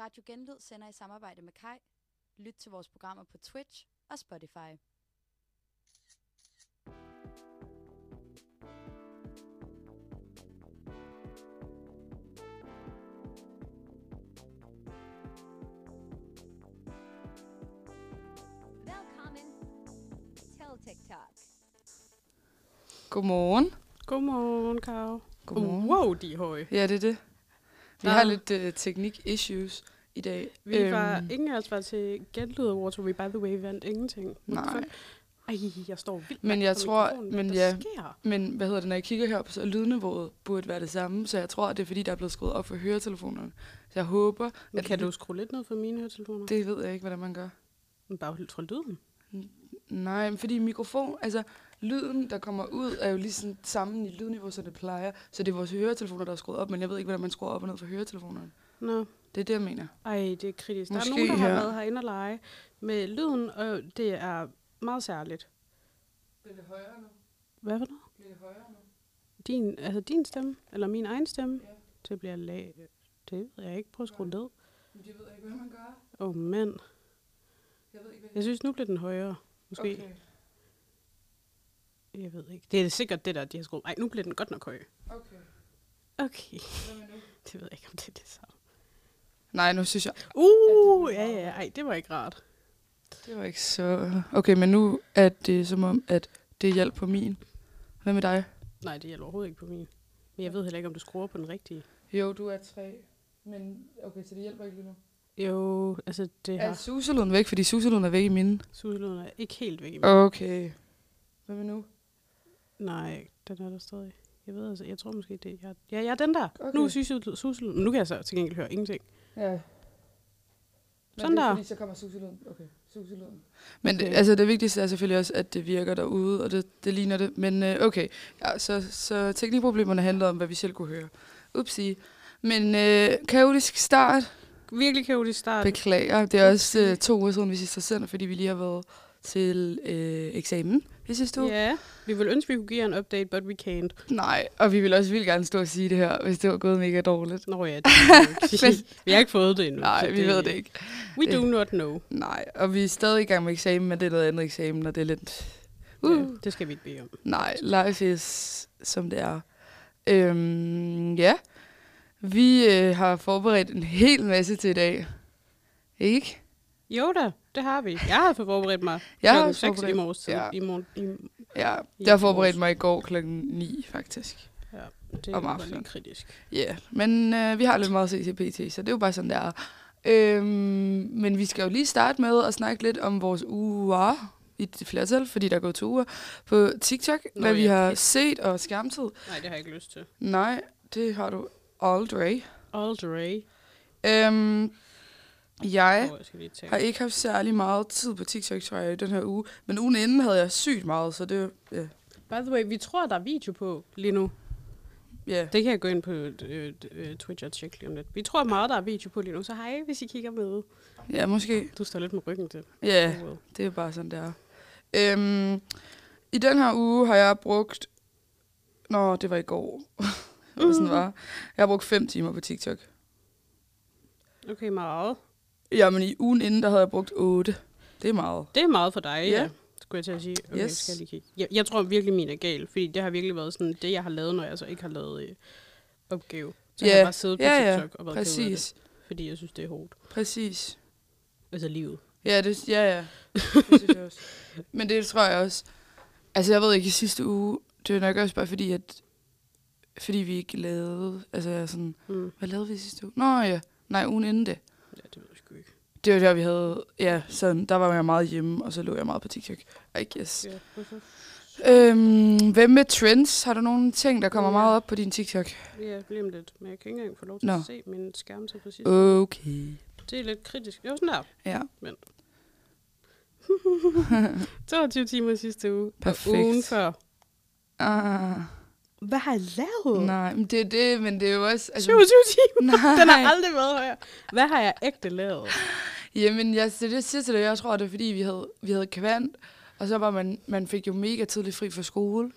Radio Genlyd sender i samarbejde med Kai. Lyt til vores programmer på Twitch og Spotify. Velkommen til TikTok. Godmorgen. Godmorgen, Karo. Godmorgen. Wow, de er høje. Ja, det er det. Vi har lidt teknik-issues i dag. Ingen af os var til Genlyd Awards, hvor vi by the way vandt ingenting. Nej. Ej, jeg står vildt Men jeg tror, men hvad hedder det, når jeg kigger herop, så er lydniveauet burde være det samme, så jeg tror, det er fordi, der er blevet skruet op for høretelefonerne. Så jeg håber, at kan du skrue lidt ned for mine høretelefoner? Det ved jeg ikke, hvordan man gør. Men bare fra lyden? Nej, men fordi mikrofon, altså lyden, der kommer ud, er jo lige sådan sammen i lydniveau, som det plejer. Så det er vores høretelefoner, der er skruet op, men jeg ved ikke, hvordan man skruer op og ned for høretelefonerne. Nå. Det er det, jeg mener. Ej, det er kritisk. Måske der er nogen, der har været herinde og lege med lyden, og det er meget særligt. Bliver det højere nu? Hvad var det? Bliver det højere nu? Din stemme? Eller min egen stemme? Ja. Det bliver det ved jeg ikke. Prøv at skrue ned. Men det ved jeg ikke, hvad man gør. Mand. Jeg synes, nu bliver den højere. Måske. Okay. Jeg ved ikke. Det er sikkert det der, de har skruet. Ej, nu bliver den godt nok høj. Okay. Det ved jeg ikke, om det er det samme. Nej, nu synes jeg... Ja. Ej, det var ikke rart. Det var ikke så... Okay, men nu er det som om, at det hjalp på min. Hvad med dig? Nej, det hjælper overhovedet ikke på min. Men jeg ved heller ikke, om du skruer på den rigtige. Jo, du er 3. Men okay, så det hjælper ikke lige nu. Jo, altså det har... Er suselyden væk? Fordi suselyden er væk i mine. Suselyden er ikke helt væk i mine. Okay. Hvad med nu? Nej, den er der stadig. Jeg ved altså, jeg tror måske det er... Ja, den der. Okay. Nu er suselyden. Men nu kan jeg så til gengæld høre ingenting. Ja. Men sådan det er der. fordi, så kommer suselyden. Okay, suselyden. Men det, altså det vigtigste er selvfølgelig også, at det virker derude, og det ligner det. Men okay, ja, så teknikproblemerne handler om, hvad vi selv kunne høre. Upsi. Men kaotisk start. Virkelig kaotisk start. Beklager. Det er også 2 uger siden, vi sidst har sendt, fordi vi lige har været til eksamen i sidste uge. Ja, vi ville ønske, vi kunne give jer en update, but we can't. Nej, og vi vil også vildt gerne stå og sige det her, hvis det var gået mega dårligt. Nå ja, det er ikke. Vi har ikke fået det endnu. Nej, vi ved det ikke. We do not know. Nej, og vi er stadig i gang med eksamen, men det er noget andet eksamen, og det er lidt... Ja, det skal vi ikke bede om. Nej, life is, som det er. Ja, vi har forberedt en hel masse til i dag. Ikke? Jo da, det har vi. Jeg har forberedt mig Jeg klokken 6 i morges tid. Ja, jeg har forberedt mig i går klokken 9, faktisk. Ja, det om var aftenen. lidt kritisk. Ja, yeah. Men vi har lidt meget CCPT, så det er jo bare sådan, der. Men vi skal jo lige starte med at snakke lidt om vores uger i det flertal, fordi der er gået 2 uger på TikTok, hvad vi har set og skærmtid. Nej, det har jeg ikke lyst til. Nej, det har du aldrig. Jeg har ikke haft særlig meget tid på TikTok, tror jeg, i den her uge. Men ugen inden havde jeg sygt meget, så det... Yeah. By the way, vi tror, der er video på lige nu. Ja. Yeah. Det kan jeg gå ind på Twitch og tjekke lige om lidt. Vi tror meget, der er video på lige nu, så hej, hvis I kigger med. Ja, måske. Du står lidt med ryggen til. Ja, det er bare sådan, det er. I den her uge har jeg brugt... det var i går. Sådan var. Jeg har brugt 5 timer på TikTok. Okay, meget. Ja, men i ugen inden, der havde jeg brugt 8. Det er meget. Det er meget for dig, ja. Skulle jeg til at sige. Okay, yes. Skal jeg lige kigge. Jeg tror virkelig, min er gal, fordi det har virkelig været sådan, det jeg har lavet, når jeg så ikke har lavet opgave. Så jeg har bare siddet på TikTok og været ked af det, fordi jeg synes, det er hårdt. Præcis. Altså livet. Ja, det synes jeg også. Men det tror jeg også. Altså, jeg ved ikke, i sidste uge, det er nok også bare fordi vi ikke lavede, altså sådan, hvad lavede vi i sidste uge? Nej, ugen inden det. Ja, det ved jeg sgu ikke. Det var der, vi havde, sådan, der var jeg meget hjemme, og så lå jeg meget på TikTok, I guess. Ja, hvem med trends? Har du nogle ting, der kommer meget op på din TikTok? Ja, lige om lidt, men jeg kan ikke engang få lov til at se min skærm til præcis. Okay. Det er lidt kritisk. Det var sådan der. Ja. Men 22 timer sidste uge. Perfekt. Og ugen før. Hvad har jeg lavet? Nej, men det er det, men det er jo også... Altså, 27 timer? Nej. Den har aldrig været højere. Hvad har jeg ægte lavet? Jamen, det siger til dig, jeg tror, det er fordi, vi havde kvant, og så var man fik jo mega tidligt fri fra skole.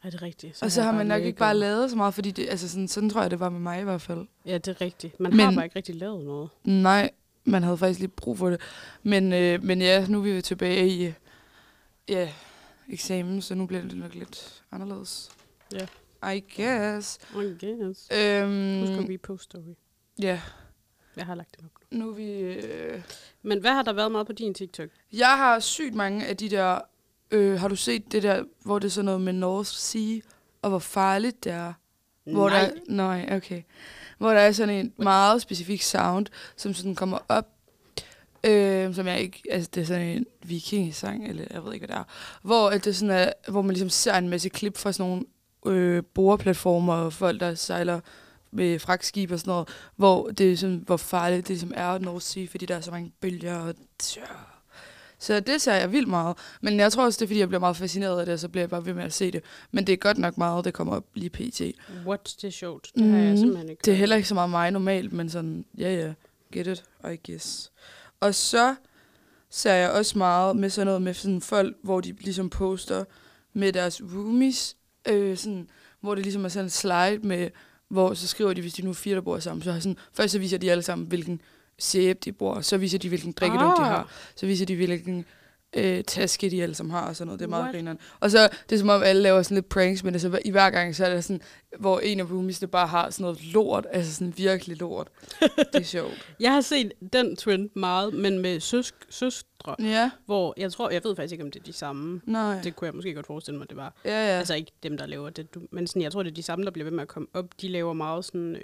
Er det rigtigt? Og så har man nok ikke bare lavet så meget, fordi det, altså sådan tror jeg, det var med mig i hvert fald. Ja, det er rigtigt. Man har bare ikke rigtig lavet noget. Nej, man havde faktisk lige brug for det. Men ja, nu er vi jo tilbage i eksamen, så nu bliver det nok lidt anderledes. Ja. I guess. Husk at repost story. Ja. Jeg har lagt det op nu. Nu er vi... Men hvad har der været meget på din TikTok? Jeg har sygt mange af de der... har du set det der, hvor det er sådan noget med North Sea, og hvor farligt det er? Nej, okay. Hvor der er sådan en meget specifik sound, som sådan kommer op, som jeg ikke... Altså, det er sådan en vikingesang, eller jeg ved ikke, hvad det er. Hvor, det sådan er, hvor man ligesom ser en masse klip fra sådan nogle boreplatformer, og folk, der sejler med fragtskib og sådan noget, hvor det er sådan, hvor farligt det ligesom er North Sea, fordi der er så mange bølger og... Så det ser jeg vildt meget. Men jeg tror også, det er, fordi jeg bliver meget fascineret af det, og så bliver jeg bare ved med at se det. Men det er godt nok meget, det kommer op lige pt. What? Det er sjovt. Det har jeg simpelthen ikke. Det er heller ikke så meget mig normalt, men sådan, get it, I guess. Og så ser jeg også meget med sådan noget med sådan folk, hvor de ligesom poster med deres roomies, sådan, hvor det ligesom er sådan en slide med, hvor så skriver de, hvis de nu er 4, der bor sammen, så sådan, først så viser de alle sammen, hvilken sæbe de bruger, så viser de, hvilken drikkedunk de har, så viser de, hvilken taske de alle sammen har, og sådan noget. Det er meget grineren. Og så, det er som om alle laver sådan lidt pranks, men altså, i hver gang, så er der sådan, hvor en af roomiesne bare har sådan noget lort, altså sådan virkelig lort. Det er sjovt. Jeg har set den trend meget, men med søstre, ja. Hvor jeg ved faktisk ikke, om det er de samme. Nej. Det kunne jeg måske godt forestille mig, det var. Ja. Altså ikke dem, der laver det, men sådan, jeg tror, det er de samme, der bliver ved med at komme op. De laver meget sådan,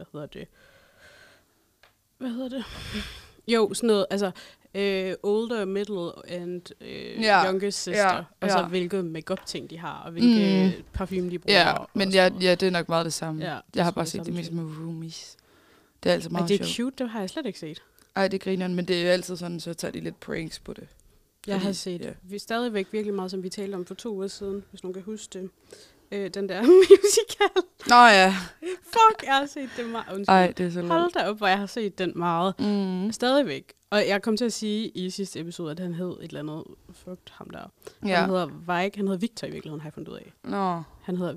hvad hedder det? Jo, sådan noget, altså older, middle and youngest sister. Og så hvilket make-up-ting de har, og hvilke parfume de bruger. Ja, men det er nok meget det samme. Ja, jeg har bare set det mest med roomies. Det er altså meget sjovt. Det er cute, det har jeg slet ikke set. Ej, det griner, men det er jo altid sådan, så tager de lidt pranks på det. Jeg har set vi er stadigvæk virkelig meget, som vi talte om for 2 uger siden, hvis nogen kan huske det. Den der musical. Nå ja. Fuck, jeg har set det meget. Undskyld. Ej, det er så hold da op, hvor jeg har set den meget. Stadigvæk. Og jeg kom til at sige i sidste episode, at han hed et eller andet. Fuck ham der. Ja. Han hedder Vike. Han hedder Victor i virkeligheden, har jeg fundet ud af. Nå. Han hedder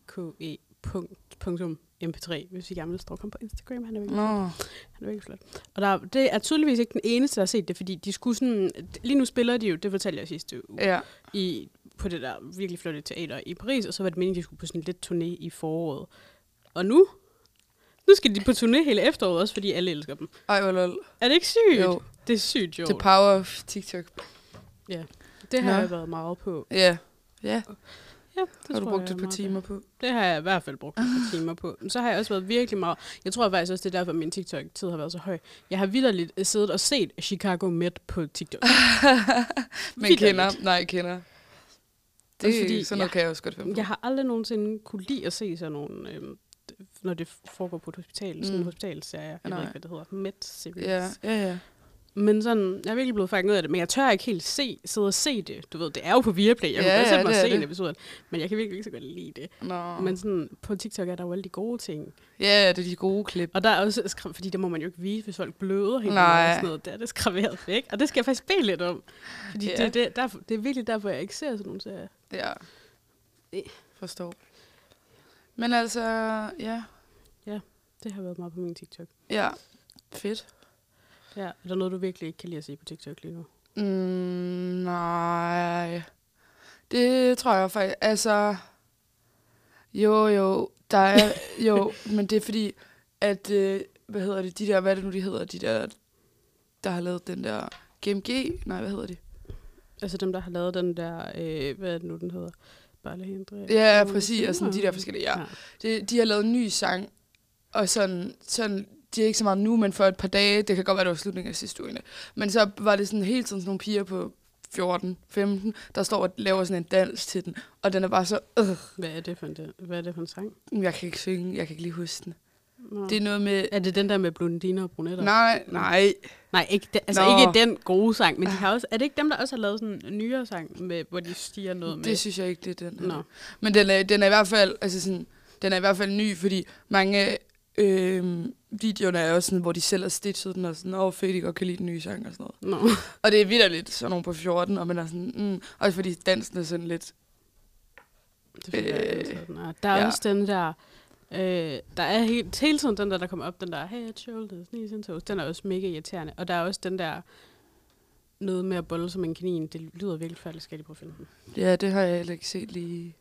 VIKE.mp3, hvis I gerne vil stalke ham på Instagram. Han er virkelig flot. Og det er tydeligvis ikke den eneste, der har set det, fordi de skulle sådan... Lige nu spiller de jo, det fortalte jeg sidste uge, på det der virkelig flotte teater i Paris, og så var det meningen, at de skulle på sådan en lidt turné i foråret. Og nu skal de på turné hele efteråret også, fordi alle elsker dem. Ej, hvor lol. Er det ikke sygt? Jo. Det er sygt, jo. The power of TikTok. Ja, det har jeg været meget på. Ja. Ja. Ja, det har du brugt et par timer på? Det har jeg i hvert fald brugt et par timer på. Så har jeg også været virkelig meget... Jeg tror faktisk også, det er derfor, min TikTok-tid har været så høj. Jeg har vitterligt siddet og set Chicago Med på TikTok. Men kender. Det fordi, sådan noget kan jeg også godt finde på. Jeg har aldrig nogensinde kunne lide at se sådan nogle... når det foregår på et hospital. Sådan en hospitalserie. Jeg ved ikke, hvad det hedder. Med-series. Ja. Men sådan, jeg er virkelig blevet fanget ud af det, men jeg tør ikke helt sidde og se det. Du ved, det er jo på Viaplay. Jeg kan godt sætte mig og se en episode, men jeg kan virkelig ikke så godt lide det. Men sådan, på TikTok er der jo alle de gode ting. Ja, det er de gode klip. Og der er også, fordi det må man jo ikke vise, hvis folk bløder helt og sådan noget. Der er det skraveret væk. Og det skal jeg faktisk bede lidt om. Fordi det er virkelig derfor, jeg ikke ser sådan nogle serier. Ja. Forstår. Men altså, ja. Ja, det har været meget på min TikTok. Ja, fedt. Ja, er der noget, du virkelig ikke kan lide at se på TikTok lige nu? Nej. Det tror jeg faktisk. Altså, jo, der er, men det er fordi, at, hvad hedder det, hvad er det nu, de hedder, de der har lavet den der GMG? Nej, hvad hedder de? Altså dem, der har lavet den der, hvad er det nu, den hedder? Barlehindre. Ja, præcis, og sådan de der forskellige, de har lavet en ny sang, og sådan de er ikke så meget nu, men for et par dage, det kan godt være, det var slutningen af sidste uge. Men så var det sådan helt sådan nogle piger på 14, 15, der står og laver sådan en dans til den, og den er bare så... Hvad er det for en sang? Jeg kan ikke synge, jeg kan ikke lige huske den. Nå. Det er noget med... Er det den der med blondiner og brunetter? Nej. Nej, ikke ikke den gode sang, men de har også... Er det ikke dem, der også har lavet sådan en nyere sang, med, hvor de stiger noget med... Det synes jeg ikke, det er den. No. Men den er i hvert fald... Altså sådan, den er i hvert fald ny, fordi mange... videoerne er også sådan, hvor de selv har stitchet den, og sådan, fedt, I godt kan lide den nye sang, og sådan noget. No. Og det er vitterligt sådan nogle på 14, og man er sådan, også fordi dansen er sådan lidt Det føler jeg altid, den er. Der er også den der... der er hele tiden den der kommer op, den der head, shoulders, knees and toes. Den er også mega irriterende. Og der er også den der... Noget med at bolle som en kanin. Det lyder virkelig færdigt. Skal jeg lige prøve at finde den? Ja, det har jeg heller ikke set lige.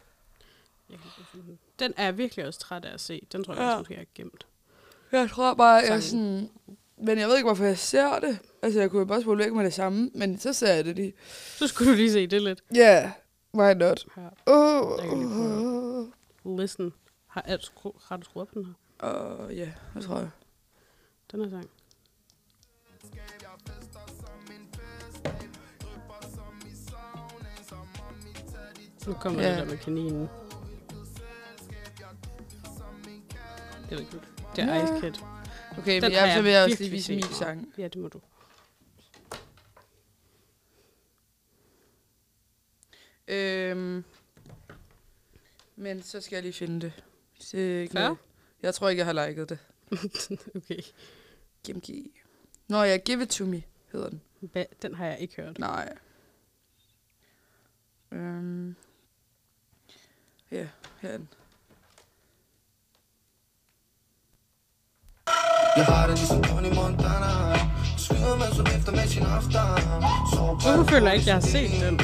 Den er jeg virkelig også træt af at se. Den tror jeg måske, jeg har gemt. Jeg tror bare, jeg sådan... Men jeg ved ikke, hvorfor jeg ser det. Altså, jeg kunne jo bare spole væk med det samme, men så ser jeg det lige. Så skulle du lige se det lidt. Ja, yeah, why not? Jeg kan lige prøve. Listen. Har du skruet op den her? Ja, det tror jeg. Den her sang. Nu kommer det der med kaninen. Det er ikke godt. Det er Ice Kid. Okay, men så vil jeg også lige vise min sang. Ja, det må du. Men så skal jeg lige finde det. Jeg tror ikke, jeg har liket det. Okay. GMG. Nå ja, Give It To Me hedder den. Den har jeg ikke hørt. Nej. Ja, her er den. Hvorfor føler jeg ikke, jeg har set den?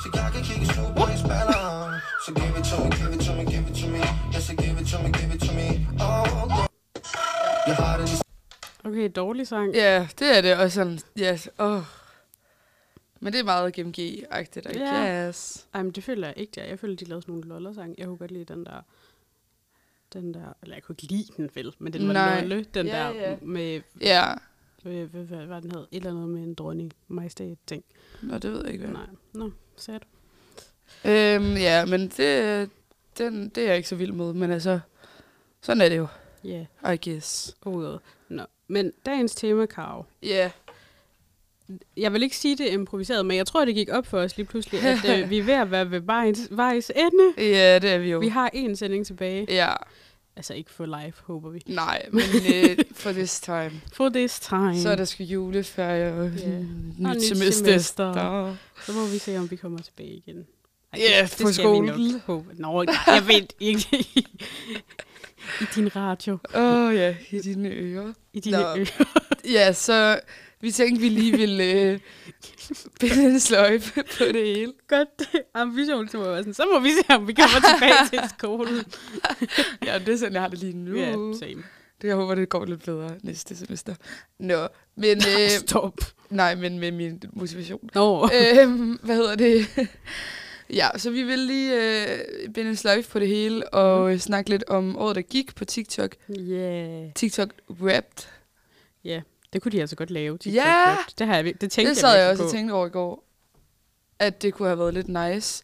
Okay, dårlig sang. Ja, det er det. Og sådan, yes, Men det er meget GMG-agtigt, I guess. Ej, men det føler jeg ikke, der. Jeg føler, de lavede sådan nogle lollersang. Jeg kunne godt lide den der, eller jeg kunne ikke lide den vel, men den var lolle, den der med, hvad var den hed? Et eller andet med en dronning, majestæt-ting. Nå, det ved jeg ikke, hvad. Nej, nå, sad du. Ja, men det er jeg ikke så vild med, men altså, sådan er det jo. Ja. Yeah. I guess. Nå, men dagens tema, Karo. Ja. Yeah. Jeg vil ikke sige det improviseret, men jeg tror, det gik op for os lige pludselig, at vi er ved at være ved vejs ende. Ja, det er vi jo. Vi har en sending tilbage. Ja. Altså ikke for live, håber vi. Nej, men for this time. For this time. Så er der sgu juleferie og nyt semester. Så må vi se, om vi kommer tilbage igen. Ja, på skolen. Nå, jeg ved ikke. I din radio. Ja, i dine ører. I dine ører. Ja, så vi tænkte, vi lige ville binde en sløjfe på det hele. Godt. Ambition til mig var sådan, så må vi se, om vi kommer tilbage til skolen. Ja, det er sådan, jeg har det lige nu. Ja, same. Det jeg håber, det går lidt bedre næste semester. Nå, men... Stop. Nej, men med min motivation. Nå. Hvad hedder det? Ja, så vi vil lige binde en sløjfe på det hele, og snakke lidt om året, der gik på TikTok. Yeah. TikTok Wrapped. Ja, yeah. Det kunne de altså godt lave. TikTok Wrapped. Det har jeg, det tænkte det sad jeg også og tænkte over i går, at det kunne have været lidt nice,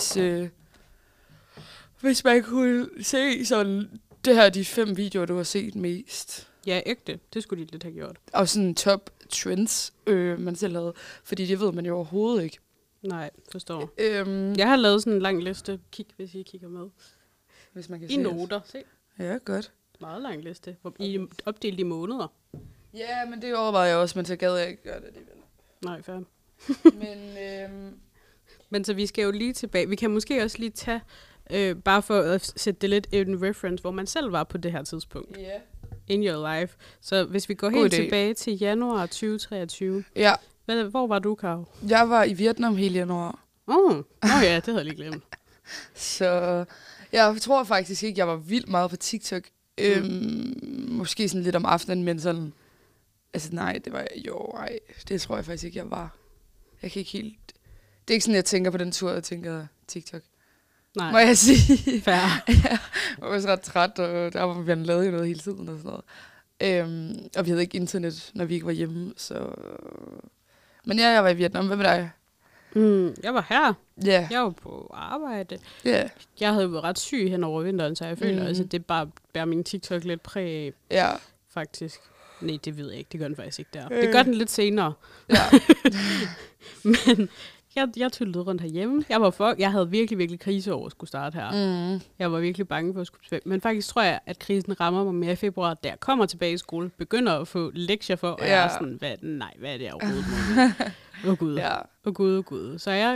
hvis man kunne se sådan, det her er de 5 videoer, du har set mest. Ja, ægte. Det skulle de lidt have gjort. Og sådan top trends, man selv havde, fordi det ved man jo overhovedet ikke. Nej, forstår. Jeg har lavet sådan en lang liste. Kig, hvis I kigger med. Hvis man kan I se noter. Se. Ja, godt. Meget lang liste. I opdelt i måneder. Ja, men det overvejede jeg også, men så gad jeg ikke gøre det alligevel. Nej, fair. Men, men så vi skal jo lige tilbage. Vi kan måske også lige tage, bare for at sætte det lidt i en reference, hvor man selv var på det her tidspunkt. Ja. Yeah. In your life. Så hvis vi går helt tilbage til januar 2023. Ja. Hvor var du, Karo? Jeg var i Vietnam hele januar. Ja, det havde jeg lige glemt. Så jeg tror faktisk ikke, jeg var vildt meget på TikTok. Måske sådan lidt om aftenen, men sådan... Altså nej, det var... det tror jeg faktisk ikke, jeg var. Jeg kan ikke helt... Det er ikke sådan, jeg tænker på den tur, jeg tænker TikTok. Nej. Må jeg sige? Fair. Jeg var også ret træt, og der var vi lavede noget hele tiden og sådan noget. Og vi havde ikke internet, når vi ikke var hjemme, så... Men ja, jeg var i Vietnam. Hvad med dig? Jeg var her. Yeah. Jeg var på arbejde. Yeah. Jeg havde været ret syg hen over vinteren, så jeg føler, altså, det bare bærer min TikTok lidt præg af. Ja. Faktisk. Nej, det ved jeg ikke. Det gør den faktisk ikke der. Det gør den lidt senere. Ja. Men jeg tyllede rundt herhjemme. Jeg havde virkelig, virkelig krise over at skulle starte her. Jeg var virkelig bange for at skulle tilbage. Men faktisk tror jeg, at krisen rammer mig mere i februar, da jeg kommer tilbage i skole, begynder at få lektier for, og jeg er sådan, hvad er det overhovedet? Åh Gud. Så jeg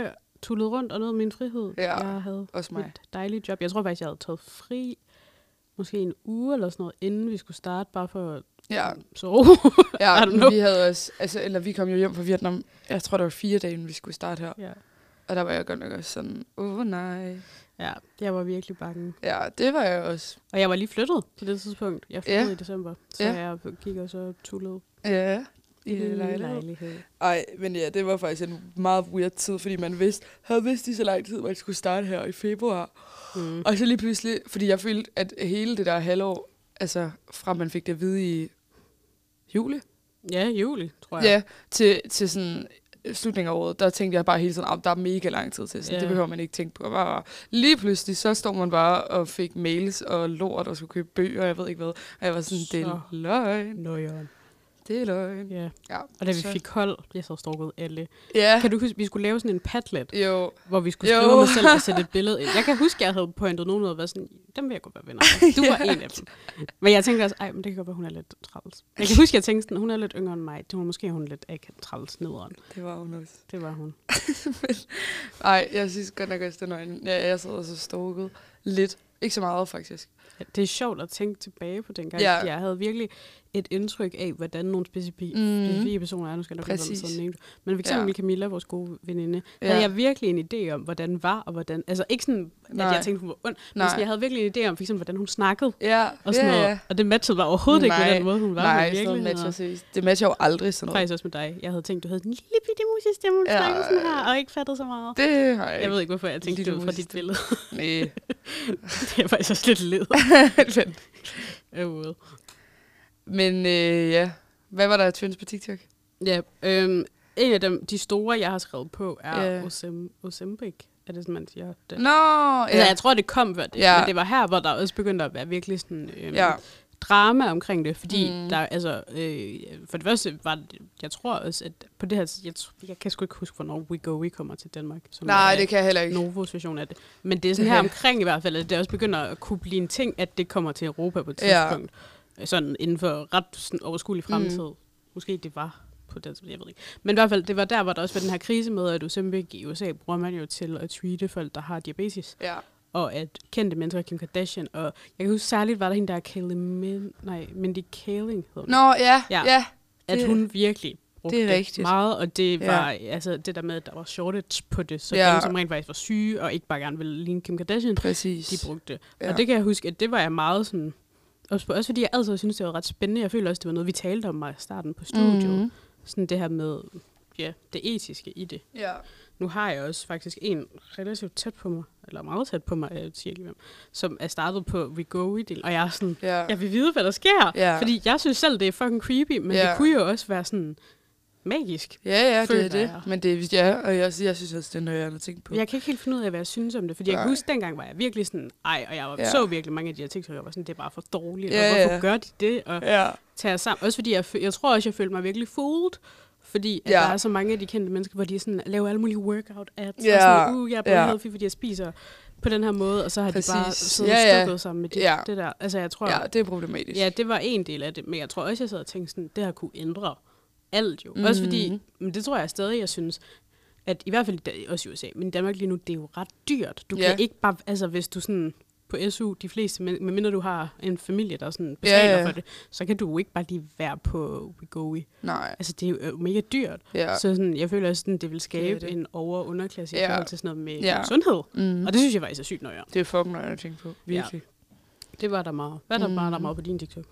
tullet rundt og noget min frihed. Ja, jeg havde også mig. et dejligt job. Jeg tror faktisk, jeg havde taget fri måske en uge eller sådan noget, inden vi skulle starte, bare for at sove. Ja, vi havde også, vi kom jo hjem fra Vietnam, jeg tror, det var 4 dage, inden vi skulle starte her. Ja. Og der var jeg godt nok også sådan, nej. Ja, jeg var virkelig bange. Ja, det var jeg også. Og jeg var lige flyttet på det tidspunkt. Jeg flyttede i december, så jeg gik og så tullede. Ja, i lejlighed. Ej, men ja, det var faktisk en meget weird tid, fordi man havde vidst i så lang tid, at man skulle starte her i februar. Og så lige pludselig, fordi jeg følte, at hele det der halvår, altså fra man fik det at vide i juli. Ja, juli, tror jeg. Ja, til sådan slutningen af året, der tænkte jeg bare hele tiden, der er mega lang tid til, så det behøver man ikke tænke på. Bare lige pludselig, så står man bare og fik mails og lort og skulle købe bøger, og jeg ved ikke hvad. Og jeg var sådan, det er løgn. Det er løgn. Ja. Og da vi fik hold, jeg så stalket alle. Ja. Kan du huske, vi skulle lave sådan en Padlet, jo. Hvor vi skulle skrive mig selv og sætte et billede ind. Jeg kan huske, jeg havde pointet nogen ud og været sådan, dem vil jeg godt være venner med. Du var en af dem. Men jeg tænkte også, men det kan godt være, hun er lidt træls. Jeg kan huske, jeg tænkte sådan, hun er lidt yngre end mig. Det var måske hun lidt træls nederen. Det var hun også. Det var hun. Ej, jeg synes godt nok også, det er nøgen. Jeg sad og så stalket lidt. Ikke så meget, faktisk. Ja, det er sjovt at tænke tilbage på dengang. Ja. Jeg havde virkelig et indtryk af, hvordan nogle specifikke personer er. Nu skal jeg nok ikke sådan en. Men for eksempel Camilla, vores gode veninde, havde jeg virkelig en idé om, hvordan hun var, og hvordan... Altså ikke sådan, at jeg tænkte, hun var ond, men sådan, jeg havde virkelig en idé om, for eksempel, hvordan hun snakkede. Ja. Og sådan noget. Og det matchede bare overhovedet ikke med den måde, hun var. Nej, det matcher jo aldrig sådan noget. Faktisk også med dig. Jeg havde tænkt, du havde en lille bitte musestemme, hun snakkede sådan her, og ikke fattede så meget. Det har jeg ikke. Jeg ved ikke, hvorfor jeg tænkte det ud fra dit billede. Nej. Det er faktisk også lidt led. Men hvad var der af trends på TikTok? Ja, en af dem, de store, jeg har skrevet på, er Ozempic. Er det sådan, man siger det? Altså, jeg tror, det kom før det, men det var her, hvor der også begyndte at være virkelig sådan... drama omkring det, fordi der altså for det første var det, jeg tror også, at på det her, jeg kan sgu ikke huske, hvornår We kommer til Danmark. Nej, det kan jeg heller ikke. Novos version af det. Men det er sådan her omkring i hvert fald, at det også begynder at kunne blive en ting, at det kommer til Europa på et tidspunkt. Sådan inden for ret sådan overskuelig fremtid. Måske det var på den, jeg ved ikke. Men i hvert fald, det var der, hvor der også var den her krise med, at Ozempic i USA bruger man jo til at treate folk, der har diabetes. Ja. Og at kendte mennesker, Kim Kardashian, og jeg kan huske særligt, var der hende, der Mindy Kaling hed hun. Nå, ja. At hun virkelig brugte det er rigtigt. Meget, og det var altså det der med, at der var shortage på det, så dem, som rent faktisk var syge, og ikke bare gerne ville ligne Kim Kardashian, de brugte det. Ja. Og det kan jeg huske, at det var jeg meget sådan, også fordi jeg altid synes, det var ret spændende. Jeg føler også, det var noget, vi talte om i starten på studiet. Sådan det her med, det etiske i det. Ja. Nu har jeg også faktisk en relativt tæt på mig, eller meget tæt på mig, jeg siger ikke hvem, som er startet på Wegovy-delen, og jeg er sådan, jeg vil vide, hvad der sker, fordi jeg synes selv, det er fucking creepy, men det kunne jo også være sådan magisk. Ja, det er det. Men det og jeg synes også, det er noget, jeg har tænkt på. Jeg kan ikke helt finde ud af, hvad jeg synes om det, fordi jeg kan huske, dengang var jeg virkelig sådan, og jeg så virkelig mange af de her TikTok'er, var sådan, det er bare for dårligt, og hvorfor gør de det, og tager sammen. Også fordi jeg tror også, jeg følte mig virkelig fooled, fordi at der er så mange af de kendte mennesker, hvor de sådan laver alle mulige workout ads, og sådan, jeg er bare healthy, fordi jeg spiser på den her måde, og så har de bare stukket sammen med det der. Altså, jeg tror, det er problematisk. Ja, det var en del af det, men jeg tror også, jeg sad og tænkte sådan, det her kunne ændre alt jo. Også fordi, men det tror jeg stadig, jeg synes, at i hvert fald også i USA, men i Danmark lige nu, det er jo ret dyrt. Du kan ikke bare, altså hvis du sådan på SU, de fleste, medmindre du har en familie, der sådan betaler for det, så kan du ikke bare lige være på Wegovy. Nej. Altså, det er jo mega dyrt. Ja. Så sådan, jeg føler også, at det vil skabe en over-underklasse i forhold til sådan noget med sundhed. Og det synes jeg faktisk er sygt nøjere. Det er fucking nøjere at tænke på. Virkelig. Ja. Det var der meget. Hvad er der bare der meget på din TikTok?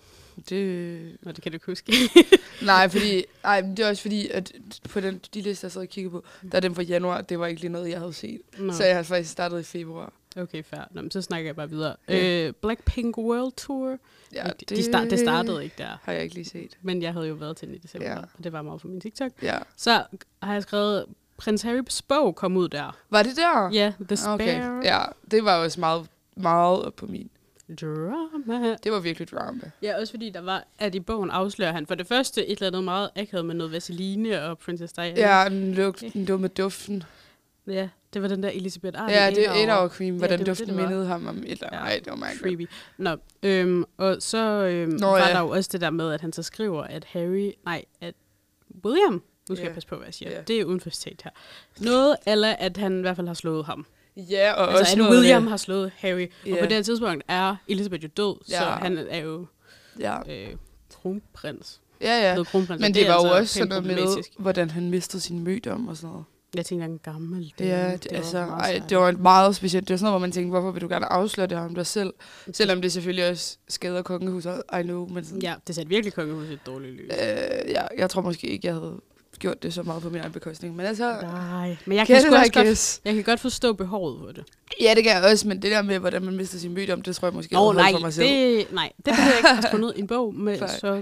Det kan du ikke huske. Nej, fordi det er også fordi, at på de lister, jeg sad og kiggede på, der er dem fra januar, det var ikke lige noget, jeg havde set. Så jeg har faktisk startet i februar. Okay, fair. Nå, men så snakker jeg bare videre. Blackpink World Tour. Ja, det startede ikke der. Har jeg ikke lige set. Men jeg havde jo været til den i december, og det var meget for min TikTok. Ja. Så har jeg skrevet, Prins Harrys bog kom ud der. Var det der? Ja, The Spare. Okay. Ja, det var også meget, meget på min. Drama. Det var virkelig drama. Ja, også fordi der var, at i bogen afslører han for det første et eller andet meget akavet med noget Vaseline og Princess Diana. Ja, den lå med duften. Ja, det var den der Elizabeth Arden. Ja, det er et år cream, hvordan duften mindede ham om et eller andet. Nej, det var meget creepy. Nå, og så var der jo også det der med, at han så skriver, at at William Nu skal jeg passe på, hvad jeg siger. Det er uden for citat her. Noget, eller at han i hvert fald har slået ham. Ja, og altså, også at William har slået Harry. Og på det her tidspunkt er Elizabeth jo død, så han er jo kronprins. Ja. Men det var jo også sådan noget med, hvordan han mistede sin mødom og sådan noget. Jeg tænkte, han gammel. Det var meget specielt. Det var sådan noget, hvor man tænkte, hvorfor vil du gerne afsløre det ham dig selv? Selvom det selvfølgelig også skader kongehuset, I know. Men sådan, det satte virkelig kongehuset et dårligt lys. Jeg tror måske ikke, jeg havde gjort det så meget på min egen bekostning. Men altså... Nej, men jeg kan godt forstå behovet for det. Ja, det kan jeg også, men det der med, hvordan man mister sin mødom, det tror jeg måske, jeg for mig selv. Det behøver jeg ikke have skrevet ned i en bog med, så...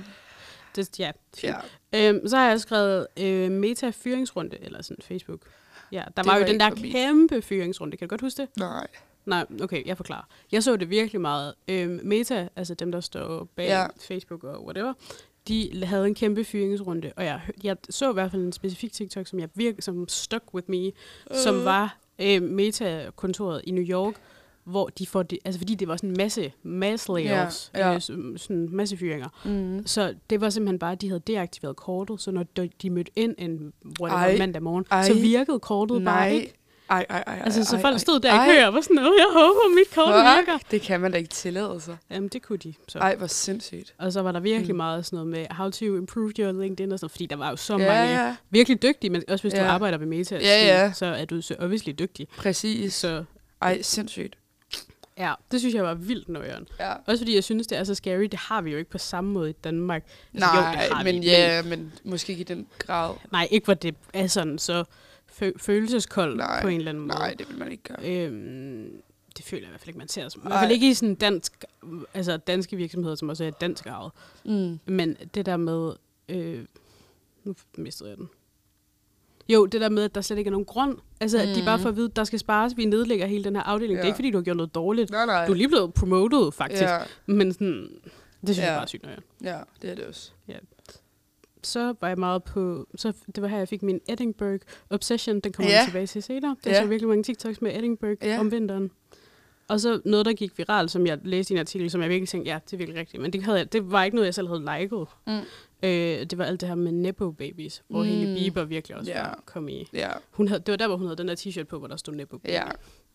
Så har jeg skrevet meta-fyringsrunde, eller sådan Facebook. Ja, der var jo den der kæmpe fyringsrunde. Kan du godt huske det? Nej, okay, jeg forklarer. Jeg så det virkelig meget. Meta, altså dem, der står bag Facebook og whatever, de havde en kæmpe fyringsrunde, og jeg så i hvert fald en specifik TikTok, som stuck with me, som var Meta-kontoret i New York, hvor de får det, altså fordi det var sådan masse layoffs, sådan masse fyringer. Så det var simpelthen bare, at de havde deaktiveret kortet, så når de mødte ind en mandag morgen, så virkede kortet bare ikke. Altså, så folk stod der i kø og var sådan, jeg håber, mit kort virker. Det kan man da ikke tillade sig. Jamen, det kunne de. Så. Hvor sindssygt. Og så var der virkelig meget sådan noget med, how to improve your LinkedIn og sådan, fordi der var jo så mange virkelig dygtige, men også hvis du arbejder ved Meta, så er du så obviously dygtig. Præcis. Så. Sindssygt. Ja, det synes jeg var vildt nøjeren. Ja. Også fordi jeg synes, det er så scary. Det har vi jo ikke på samme måde i Danmark. Altså, men måske ikke i den grad. Nej, ikke hvor det er sådan så følelseskoldt på en eller anden måde. Nej, det vil man ikke gøre. Det føler jeg i hvert fald ikke, man ser. I hvert fald ikke i sådan danske virksomheder, som også er dansk arvet. Men det der med... nu mistede jeg den. Jo, det der med, at der slet ikke er nogen grund. Altså, at de bare får at vide, at der skal spares, vi nedlægger hele den her afdeling. Det er ikke, fordi du har gjort noget dårligt. Nej. Du er lige blevet promoted, faktisk. Ja. Men sådan, det synes jeg bare er sygt nøje. Ja, det er det også. Ja. Så var jeg meget på... det var her, jeg fik min Edinburgh Obsession. Den kommer jeg tilbage til senere. Der er så virkelig mange TikToks med Edinburgh om vinteren. Og så noget, der gik viralt, som jeg læste i en artikel, som jeg virkelig tænkte, ja, det er virkelig rigtigt. Men det var ikke noget, jeg selv havde liket. Det var alt det her med Nepo Babies, hvor Hailey Bieber virkelig også kom i. Det var der, hvor hun havde den der t-shirt på, hvor der stod Nepo Baby.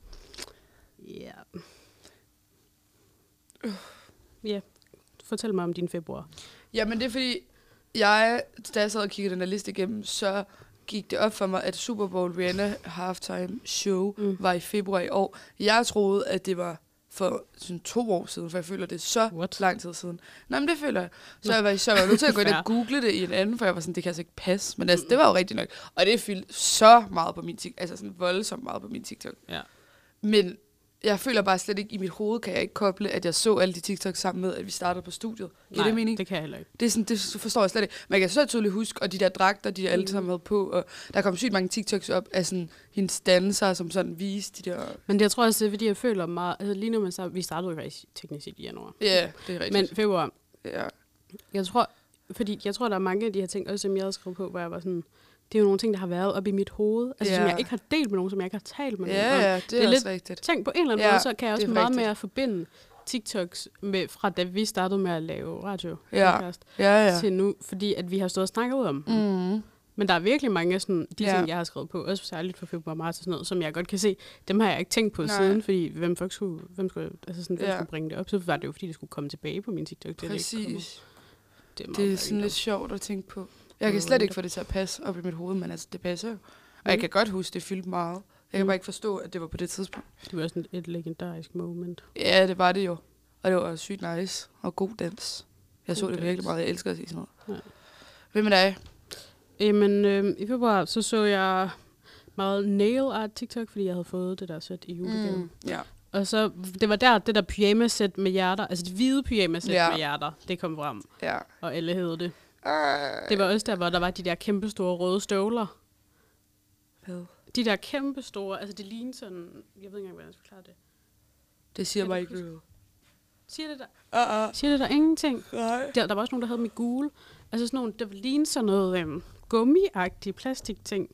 Ja. Fortæl mig om din februar. Jamen, det er fordi, da jeg sad og kiggede den der liste igennem, så gik det op for mig, at Super Bowl Rihanna halftime show var i februar i år. Jeg troede, at det var for sådan 2 år siden, for jeg føler, det er så lang tid siden. Nej, men det føler jeg. Så jeg var nødt til at gå ind og google det i en anden, for jeg var sådan, det kan altså ikke passe. Men altså, det var jo rigtigt nok. Og det fyldte så meget på min TikTok, altså sådan voldsomt meget på min TikTok. Ja. Men jeg føler bare slet ikke, i mit hoved kan jeg ikke koble, at jeg så alle de TikToks sammen med, at vi startede på studiet. Nej, det mening? Det kan jeg heller ikke. Det er sådan, det forstår jeg slet ikke. Man kan så tydeligt huske, og de der dragter, de der alle sammen havde på, og der kom sygt mange TikToks op af sådan hendes danser, som sådan viste de der... Men jeg tror også, det er, fordi jeg føler meget... Altså lige nu, vi startede jo faktisk teknisk set i januar. Ja, det er rigtigt. Men februar... Ja. Jeg tror, der er mange af de her ting, også som jeg havde skrevet på, hvor jeg var sådan... Det er jo nogle ting, der har været op i mit hoved. Altså, som jeg ikke har delt med nogen, som jeg ikke har talt med nogen om. Ja, det er også rigtigt. Tænk på en eller anden måde, så kan jeg også meget mere forbinde TikToks med, fra da vi startede med at lave radio-podcast til nu, fordi at vi har stået og snakket ud om. Men der er virkelig mange af sådan, de ting, jeg har skrevet på, også særligt for februar og marts og sådan noget, som jeg godt kan se, dem har jeg ikke tænkt på siden, fordi hvem skulle bringe det op? Så var det jo, fordi det skulle komme tilbage på min TikTok. Præcis. Det er sådan lidt sjovt at tænke på. Jeg kan slet ikke få det til at passe op i mit hoved, men altså, det passer jo. Og jeg kan godt huske, det fyldte meget. Jeg kan bare ikke forstå, at det var på det tidspunkt. Det var sådan et legendarisk moment. Ja, det var det jo. Og det var sygt nice. Og god dans. Jeg så det virkelig meget. Jeg elsker at sige sådan noget. Ja. Hvem er dig? Jamen, i februar, så jeg meget nail art TikTok, fordi jeg havde fået det der sæt i julegave. Ja. Og så, det var det der pyjamas-sæt med hjerter, altså det hvide pyjamas-sæt med hjerter, det kom frem. Ja. Og alle havde det. Det var også der, hvor der var de der kæmpe store røde støvler. Hvad? De der kæmpe store, altså det lignede sådan, jeg ved ikke engang, hvordan jeg skal klare det. Det siger mig ikke noget. Siger det der ingenting? Nej. Der var også nogen, der havde dem i gule. Altså sådan nogle, der lignede sådan noget gummiagtig plastikting.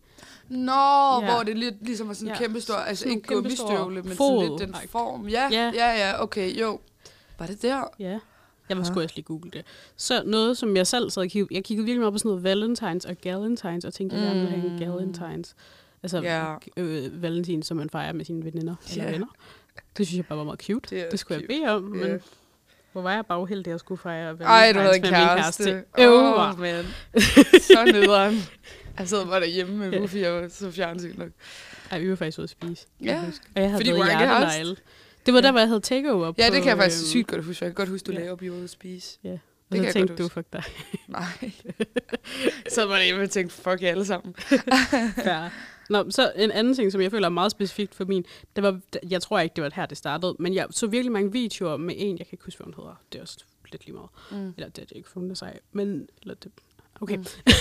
Hvor det lidt ligesom var sådan en kæmpe stor, altså ikke gummistøvle, men sådan lidt den form. Ja, okay, jo. Var det der? Ja. Jeg var sgu også lige google det. Så noget, som jeg selv sad og kiggede. Jeg kiggede virkelig meget på sådan noget Valentines og Galentines, og tænkte, at jeg ville have en Galentines. Altså Valentin, som man fejrer med sine veninder eller venner. Det synes jeg bare var meget cute. Det skulle jeg bede om, men hvor var jeg bare uheldig, at jeg skulle fejre Valentines med min kæreste. Man. Så nederen. Jeg sad bare derhjemme med Buffy og så fjernsyn nok. Ej, vi var faktisk ude at spise. Ja, og jeg havde været hjertenegle. Det var der, hvor jeg havde takeover på. Ja, det kan jeg faktisk sygt godt huske. Jeg kan godt huske, du lavede op i ude at spise. Ja, og så tænkte du, fuck dig. Nej. Så var det hjemme og tænkte, fuck jer alle sammen. Ja. Nå, så en anden ting, som jeg føler er meget specifikt for min, det var, jeg tror ikke, det var her, det startede, men jeg så virkelig mange videoer med en, jeg kan ikke huske, hvad hun hedder. Det er også lidt lige meget. Eller det er ikke fundet sig. Men, eller det, okay.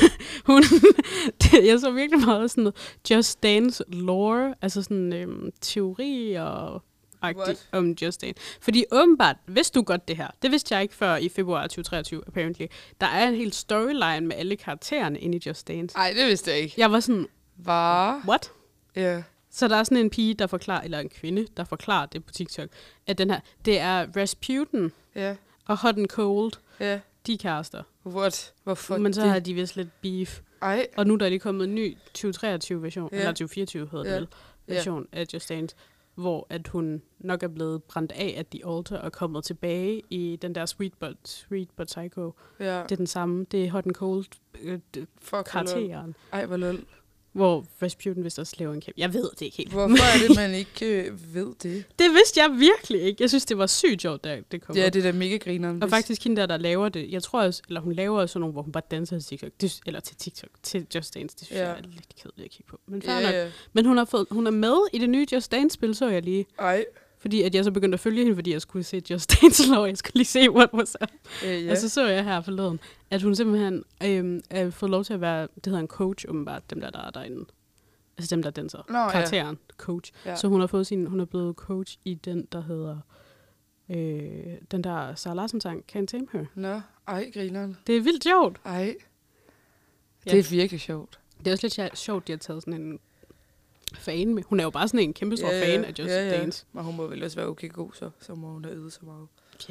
Jeg så virkelig meget sådan noget Just Dance lore, altså sådan teorier om Just Dance. Fordi åbenbart, vidste du godt det her? Det vidste jeg ikke før i februar 2023, apparently. Der er en hel storyline med alle karaktererne inde i Just Dance. Nej, det vidste jeg ikke. Jeg var sådan, what? Ja. Yeah. Så der er sådan en pige, der forklarer, eller en kvinde, der forklarer det på TikTok, at den her, det er Rasputin og Hot and Cold, de kærester. What? Hvorfor? Men så har de vist lidt beef. Ej. Og nu der er lige kommet en ny 2023-version, eller 2024 hedder det vel, version af Just Dance, hvor at hun nok er blevet brændt af The Altar og kommet tilbage i den der Sweet But Psycho. Ja. Det er den samme. Det er Hot and Cold karakteren. Ej, hvor lol. Hvor Rasputin vist også laver en kæmpe. Jeg ved det ikke helt. Hvorfor er det, man ikke ved det? Det vidste jeg virkelig ikke. Jeg synes, det var sygt sjovt, da det kom op. Det er da mega grineren. Og faktisk hende der laver det. Jeg tror også, eller hun laver også sådan nogle, hvor hun bare danser til TikTok. Eller til TikTok. Til Just Dance. Det synes jeg er lidt kedeligt at kigge på. Men Men hun er med i det nye Just Dance-spil, så jeg lige. Ej. Fordi at jeg så begyndte at følge hende, fordi jeg skulle se Just Dance, og jeg skulle lige se, what was up. Og så jeg her forleden, at hun simpelthen har fået lov til at være, det hedder en coach, åbenbart, dem der er derinde. Altså dem, der danser. Karakteren, coach. Ja. Så hun er blevet coach i den, der hedder, den der Sarah Larsen-sang, Can't Tame Her. Nå, ej, grineren. Det er vildt sjovt. Ej, det er virkelig sjovt. Det er også lidt sjovt, de har taget sådan en fan med. Hun er jo bare sådan en kæmpe stor fan af Just Dance. Men hun må vel også være okay god, så må hun have øvet så meget.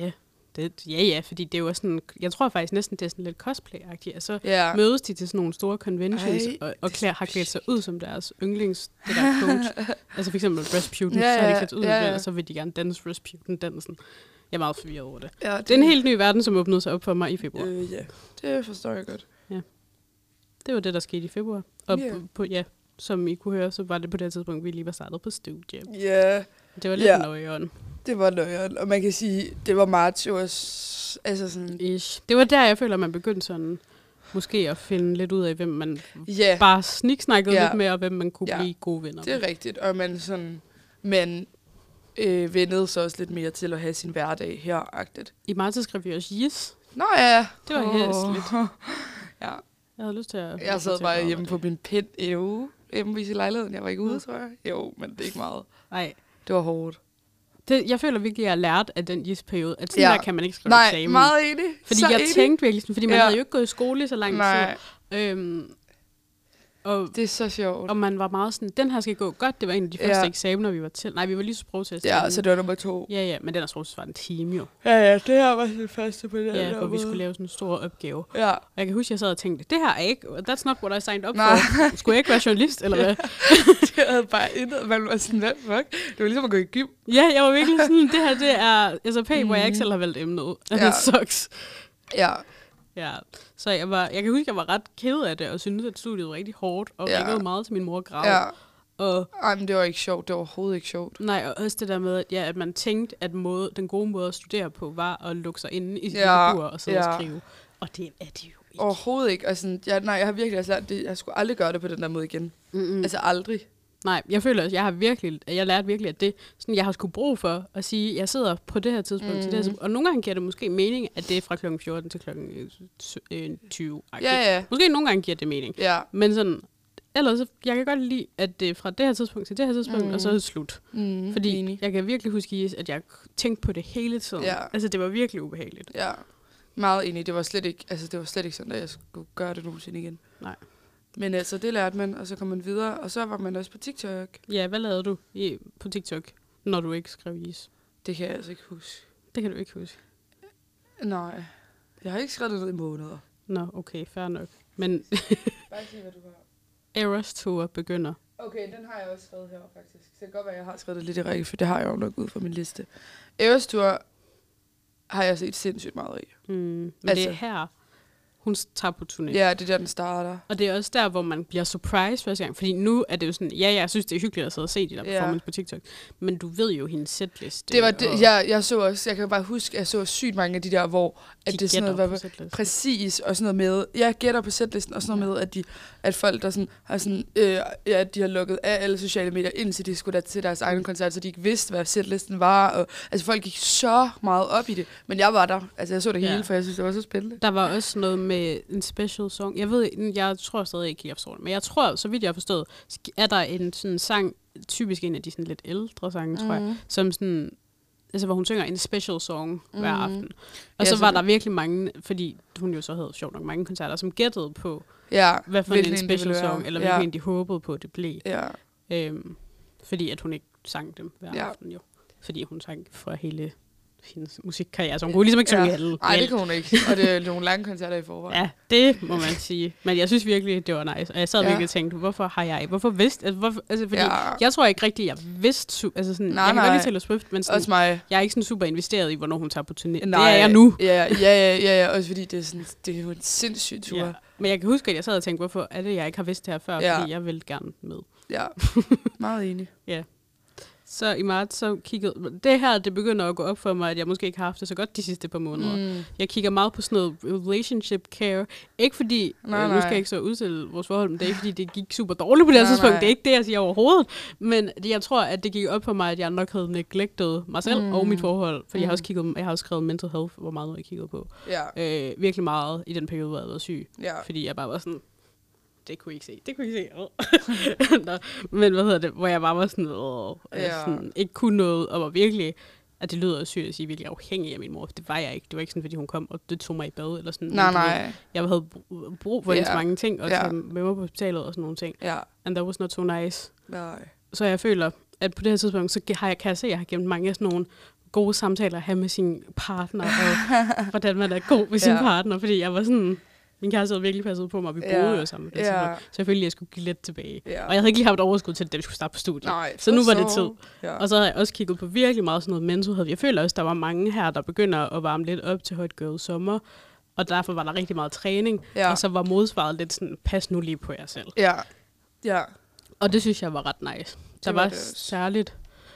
Ja, fordi det er jo sådan, jeg tror faktisk næsten, det er sådan lidt cosplay-agtigt. Og så mødes de til sådan nogle store conventions, og har klædt sig ud som deres yndlings, det der coach. Altså for eksempel Rasputin, så har de klædt ud af og så vil de gerne danse Rasputin-dansen. Jeg er meget forvirret over det. Ja, det er en helt ny verden, som åbnede sig op for mig i februar. Ja, det forstår jeg godt. Ja. Det var det, der skete i februar. Og som I kunne høre, så var det på det tidspunkt, vi lige var startet på studie. Ja. Det var lidt nøjeren. Det var nøjeren, og man kan sige, det var marts jo også, altså sådan... Ish. Det var der, jeg føler, man begyndte sådan, måske at finde lidt ud af, hvem man bare sniksnakkede lidt med, og hvem man kunne blive gode venner med. Det er rigtigt, og man sådan, vendede så også lidt mere til at have sin hverdag her-agtigt. I marts skrev vi også yes. Nå ja. Det var hæsligt. Ja. Jeg havde lyst til at... Jeg sad bare hjemme på min pind hjemme i lejligheden. Jeg var ikke ude, tror jeg. Jo, men det er ikke meget. Nej. Det var hårdt. Jeg føler virkelig, at jeg har lært af den periode, at sådan der kan man ikke skrive eksamen. Nej, meget enig. Fordi så jeg tænkte virkelig sådan, fordi man havde jo ikke gået i skole i så lang tid. Og det er så sjovt. Og man var meget sådan, den her skal gå godt. Det var en af de første eksamener, vi var til. Nej, vi var lige sprogtest. Ja, så det var nummer 2. Ja, men den her sprogtest var en time jo. Ja, det her var det første på den der hvor vi skulle lave sådan en stor opgave. Ja. Og jeg kan huske, jeg sad og tænkte, det her er ikke, that's not what I signed up for. Skulle jeg ikke være journalist, eller hvad? Det havde bare intet, man var sådan, what fuck? Det var ligesom at gå i gym. Ja, jeg var virkelig sådan, det her, det er SAP, hvor jeg ikke selv har valgt emnet. Det sucks. Ja. Ja, så jeg kan huske, at jeg var ret ked af det, og syntes, at studiet var rigtig hårdt, og ringede meget til min mor og grav. Ja. Ej, men det var ikke sjovt. Det var overhovedet ikke sjovt. Nej, og også det der med, at man tænkte, at den gode måde at studere på, var at lukke sig inde i sit bur og sidde og skrive. Og det er det jo ikke. Overhovedet ikke. Og sådan, jeg har virkelig også lært det. Jeg skulle aldrig gøre det på den der måde igen. Altså aldrig. Nej, jeg føler også, jeg lærte virkelig, at det sådan, jeg har sgu brug for at sige, at jeg sidder på det her tidspunkt til det her tidspunkt. Og nogle gange giver det måske mening, at det er fra klokken 14 til klokken 20. Ja. Måske nogle gange giver det mening. Ja. Men sådan, ellers, jeg kan godt lide, at det er fra det her tidspunkt til det her tidspunkt, og så er det slut. Fordi jeg kan virkelig huske, at jeg tænkte på det hele tiden. Ja. Altså, det var virkelig ubehageligt. Ja, meget enig. Det var slet ikke sådan, at jeg skulle gøre det nogensinde igen. Nej. Men altså, det lærte man, og så kom man videre, og så var man også på TikTok. Ja, hvad lavede du på TikTok, når du ikke skrev is? Det kan jeg altså ikke huske. Det kan du ikke huske? Nej. Jeg har ikke skrevet det ned i måneder. Nå, okay, fair nok. Men Bare sig, hvad du har. Eras Tour begynder. Okay, den har jeg også skrevet her, faktisk. Så det kan godt være, at jeg har skrevet det lidt i række, for det har jeg jo nok ud fra min liste. Eras Tour har jeg set sindssygt meget i. Men altså, det er her, hun tager på turné. Ja, det er der, den starter. Og det er også der, hvor man bliver surprised første gang. Fordi nu er det jo sådan, ja, jeg synes, det er hyggeligt at sidde og se de der performance på TikTok. Men du ved jo hendes setliste. Det var det, jeg så også, jeg kan bare huske, at jeg så sygt mange af de der, hvor at det sådan noget var præcis, og sådan noget med, jeg gætter på setlisten, og sådan noget med, at folk der sådan, har sådan, de har lukket af alle sociale medier, indtil de skulle til deres egen koncert, så de ikke vidste, hvad setlisten var. Og, altså folk gik så meget op i det, men jeg var der. Altså jeg så det hele, for jeg synes, det var så spændende. Der var også noget med en special song. Jeg tror stadig ikke, jeg forstår det. Men jeg tror, så vidt jeg har forstået, er der en sådan sang, typisk en af de sådan lidt ældre sange, tror jeg, som sådan, altså hvor hun synger en special song hver aften. Og så var der virkelig mange, fordi hun jo så havde sjovt nok mange koncerter, som gættede på, hvad for en special song, eller hvilken de håbede på, det blev. Fordi at hun ikke sang dem hver aften jo. Fordi hun sang fra hele hendes musikkarriere, så hun kunne ligesom ikke synge alle. Nej, det kunne hun ikke. Og det er nogle lange koncerter i forvejen. Ja, det må man sige. Men jeg synes virkelig, det var nice. Og jeg sad virkelig og tænkte, hvorfor vidste... Altså, fordi jeg tror ikke rigtigt, jeg vidste... Altså sådan, jeg kan godt lide Taylor Swift, men sådan, jeg er ikke sådan super investeret i, hvornår hun tager på turné. Det er jeg nu. Ja, også fordi det er, sådan, det er jo en sindssyg tur. Ja. Men jeg kan huske, at jeg sad og tænkte, hvorfor er det, jeg ikke har vidst det her før, fordi jeg vil gerne med. Ja, meget enig. Ja. Så i marts, så kiggede... Det begynder at gå op for mig, at jeg måske ikke har haft det så godt de sidste par måneder. Jeg kigger meget på sådan noget relationship care. Ikke fordi... Nu skal jeg ikke så udstille vores forhold, men det er ikke fordi, det gik super dårligt på det tidspunkt. Det er ikke det, jeg siger overhovedet. Men jeg tror, at det gik op for mig, at jeg nok havde neglected mig selv og mit forhold. Fordi jeg har også skrevet mental health, hvor meget jeg kiggede på. Virkelig meget i den periode, hvor jeg havde været syg. Fordi jeg bare var sådan... Det kunne I ikke se. Nå, men hvad hedder det, hvor jeg bare var sådan, ikke kunne noget, og var virkelig, at det lyder sygt at sige, virkelig afhængig af min mor. Det var jeg ikke. Det var ikke sådan, fordi hun kom, og det tog mig i bad, eller sådan. Nej. Jeg havde brug for så mange ting, og tage med mig på hospitalet og sådan nogle ting. And that was not so nice. Nej. Så jeg føler, at på det her tidspunkt, så kan jeg se, at jeg har gemt mange af sådan nogle gode samtaler at have med sin partner, og hvordan man er god med sin partner, fordi jeg var sådan... Min kæreste havde virkelig passet på mig, og vi boede jo sammen. Så selvfølgelig, jeg skulle give lidt tilbage. Og jeg havde ikke lige haft overskud til det, da vi skulle starte på studiet. Nej, så nu var det tid. Og så havde jeg også kigget på virkelig meget sådan noget mental health. Jeg føler også, der var mange her, der begynder at varme lidt op til Hot Girl Summer. Og derfor var der rigtig meget træning. Og så var modsvaret lidt sådan, pas nu lige på jer selv. Ja. Og det synes jeg var ret nice. Der var særligt...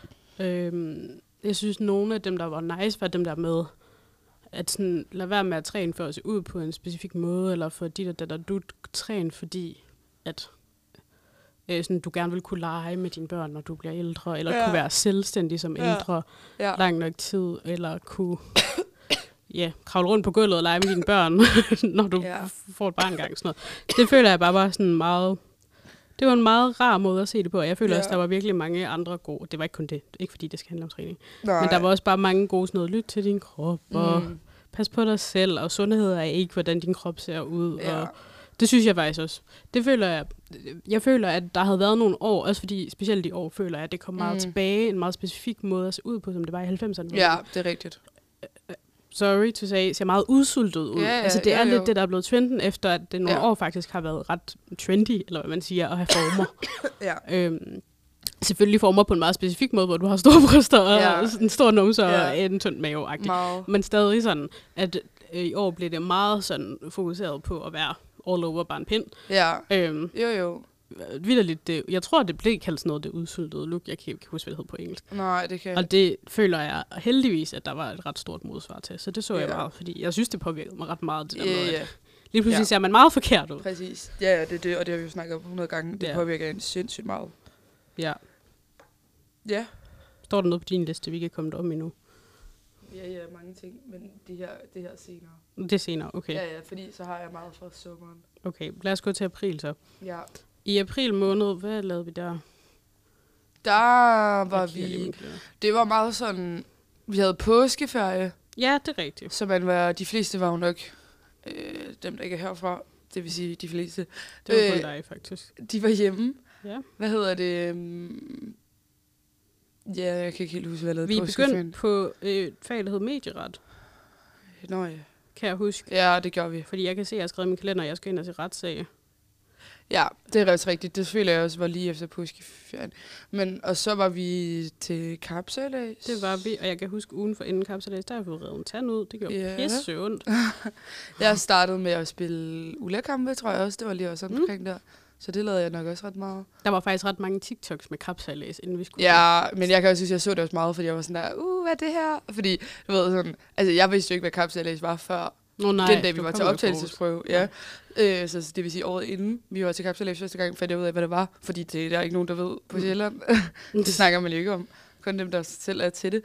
jeg synes, nogle af dem, der var nice, var dem der med... at sådan, lad være med at træne for at se ud på en specifik måde, eller for dit og du træne, fordi at sådan, du gerne vil kunne lege med dine børn, når du bliver ældre, eller kunne være selvstændig som ældre lang nok tid, eller kunne kravle rundt på gulvet og lege med dine børn, når du får et barn engang. Sådan noget. Det føler jeg bare var sådan meget... Det var en meget rar måde at se det på, og jeg føler også, der var virkelig mange andre gode... Det var ikke kun det, ikke fordi det skal handle om træning. Nej. Men der var også bare mange gode sådan noget, lyt til din krop, og pas på dig selv, og sundhed er ikke, hvordan din krop ser ud. Og det synes jeg faktisk også. Det føler jeg føler, at der havde været nogle år, også fordi specielt i år føler jeg, at det kom meget tilbage, en meget specifik måde at se ud på, som det var i 90'erne. Ja, det er rigtigt. Sorry to say, ser meget udsultet ud. Altså det er lidt det, der er blevet trenden, efter at det nogle år faktisk har været ret trendy, eller hvad man siger, at have former. Selvfølgelig former på en meget specifik måde, hvor du har store bryster og en stor numse og en tynd mave-agtig. Men stadig sådan, at i år blev det meget sådan fokuseret på at være all over bare en pind. Jo. Vitterligt, jeg tror, det blev kaldt sådan noget, det udsultede look. Jeg kan ikke huske, hvad det hed på engelsk. Nej, det kan. Og det føler jeg heldigvis, at der var et ret stort modsvar til. Så det så jeg meget, fordi jeg synes, det påvirkede mig ret meget. Det der med, at lige pludselig ser man meget forkert ud. Præcis. Ja, det er det, og det har vi jo snakket om 100 gange. Det påvirker en sindssygt meget. Ja. Står der noget på din liste, vi ikke er kommet om endnu? Ja, mange ting, men det her senere. Det er senere, okay. Ja, fordi så har jeg meget fra sommeren. Okay, lad os gå til april så. Ja. I april måned, hvad lavede vi der? Der var vi... Det var meget sådan... Vi havde påskeferie. Ja, det er rigtigt. Så de fleste var jo nok dem, der ikke er herfra. Det vil sige, de fleste. Det var kun dig, faktisk. De var hjemme. Ja. Hvad hedder det? Ja, jeg kan ikke helt huske, hvad jeg lavede. Vi begyndte på fag, der hed medieret. Kan jeg huske. Ja, det gjorde vi. Fordi jeg kan se, at jeg har skrevet i min kalender, at jeg skal ind og se retssag. Ja, det er også rigtigt. Det føler jeg også var lige efter påskeferien. Men, og så var vi til kapsejlads. Det var vi, og jeg kan huske ugen for inden kapsejlads, der har jeg fået revet en tand ud. Det gjorde pisse ondt. Jeg startede med at spille Ulla-kampe, tror jeg også. Det var lige også omkring der. Så det lavede jeg nok også ret meget. Der var faktisk ret mange TikToks med kapsejlads, inden vi skulle. Ja, men jeg kan også synes, jeg så det også meget, fordi jeg var sådan der, hvad er det her? Fordi, du ved sådan, altså jeg vidste jo ikke, hvad kapsejlads var før. Den dag, vi var til optagelsesprøve. Ja. Så det vil sige, året inden vi var til kapsejlads første gang, fandt jeg ud af, hvad det var. Fordi det er der ikke nogen, der ved på Sjælland. Det snakker man jo ikke om. Kun dem, der selv er til det.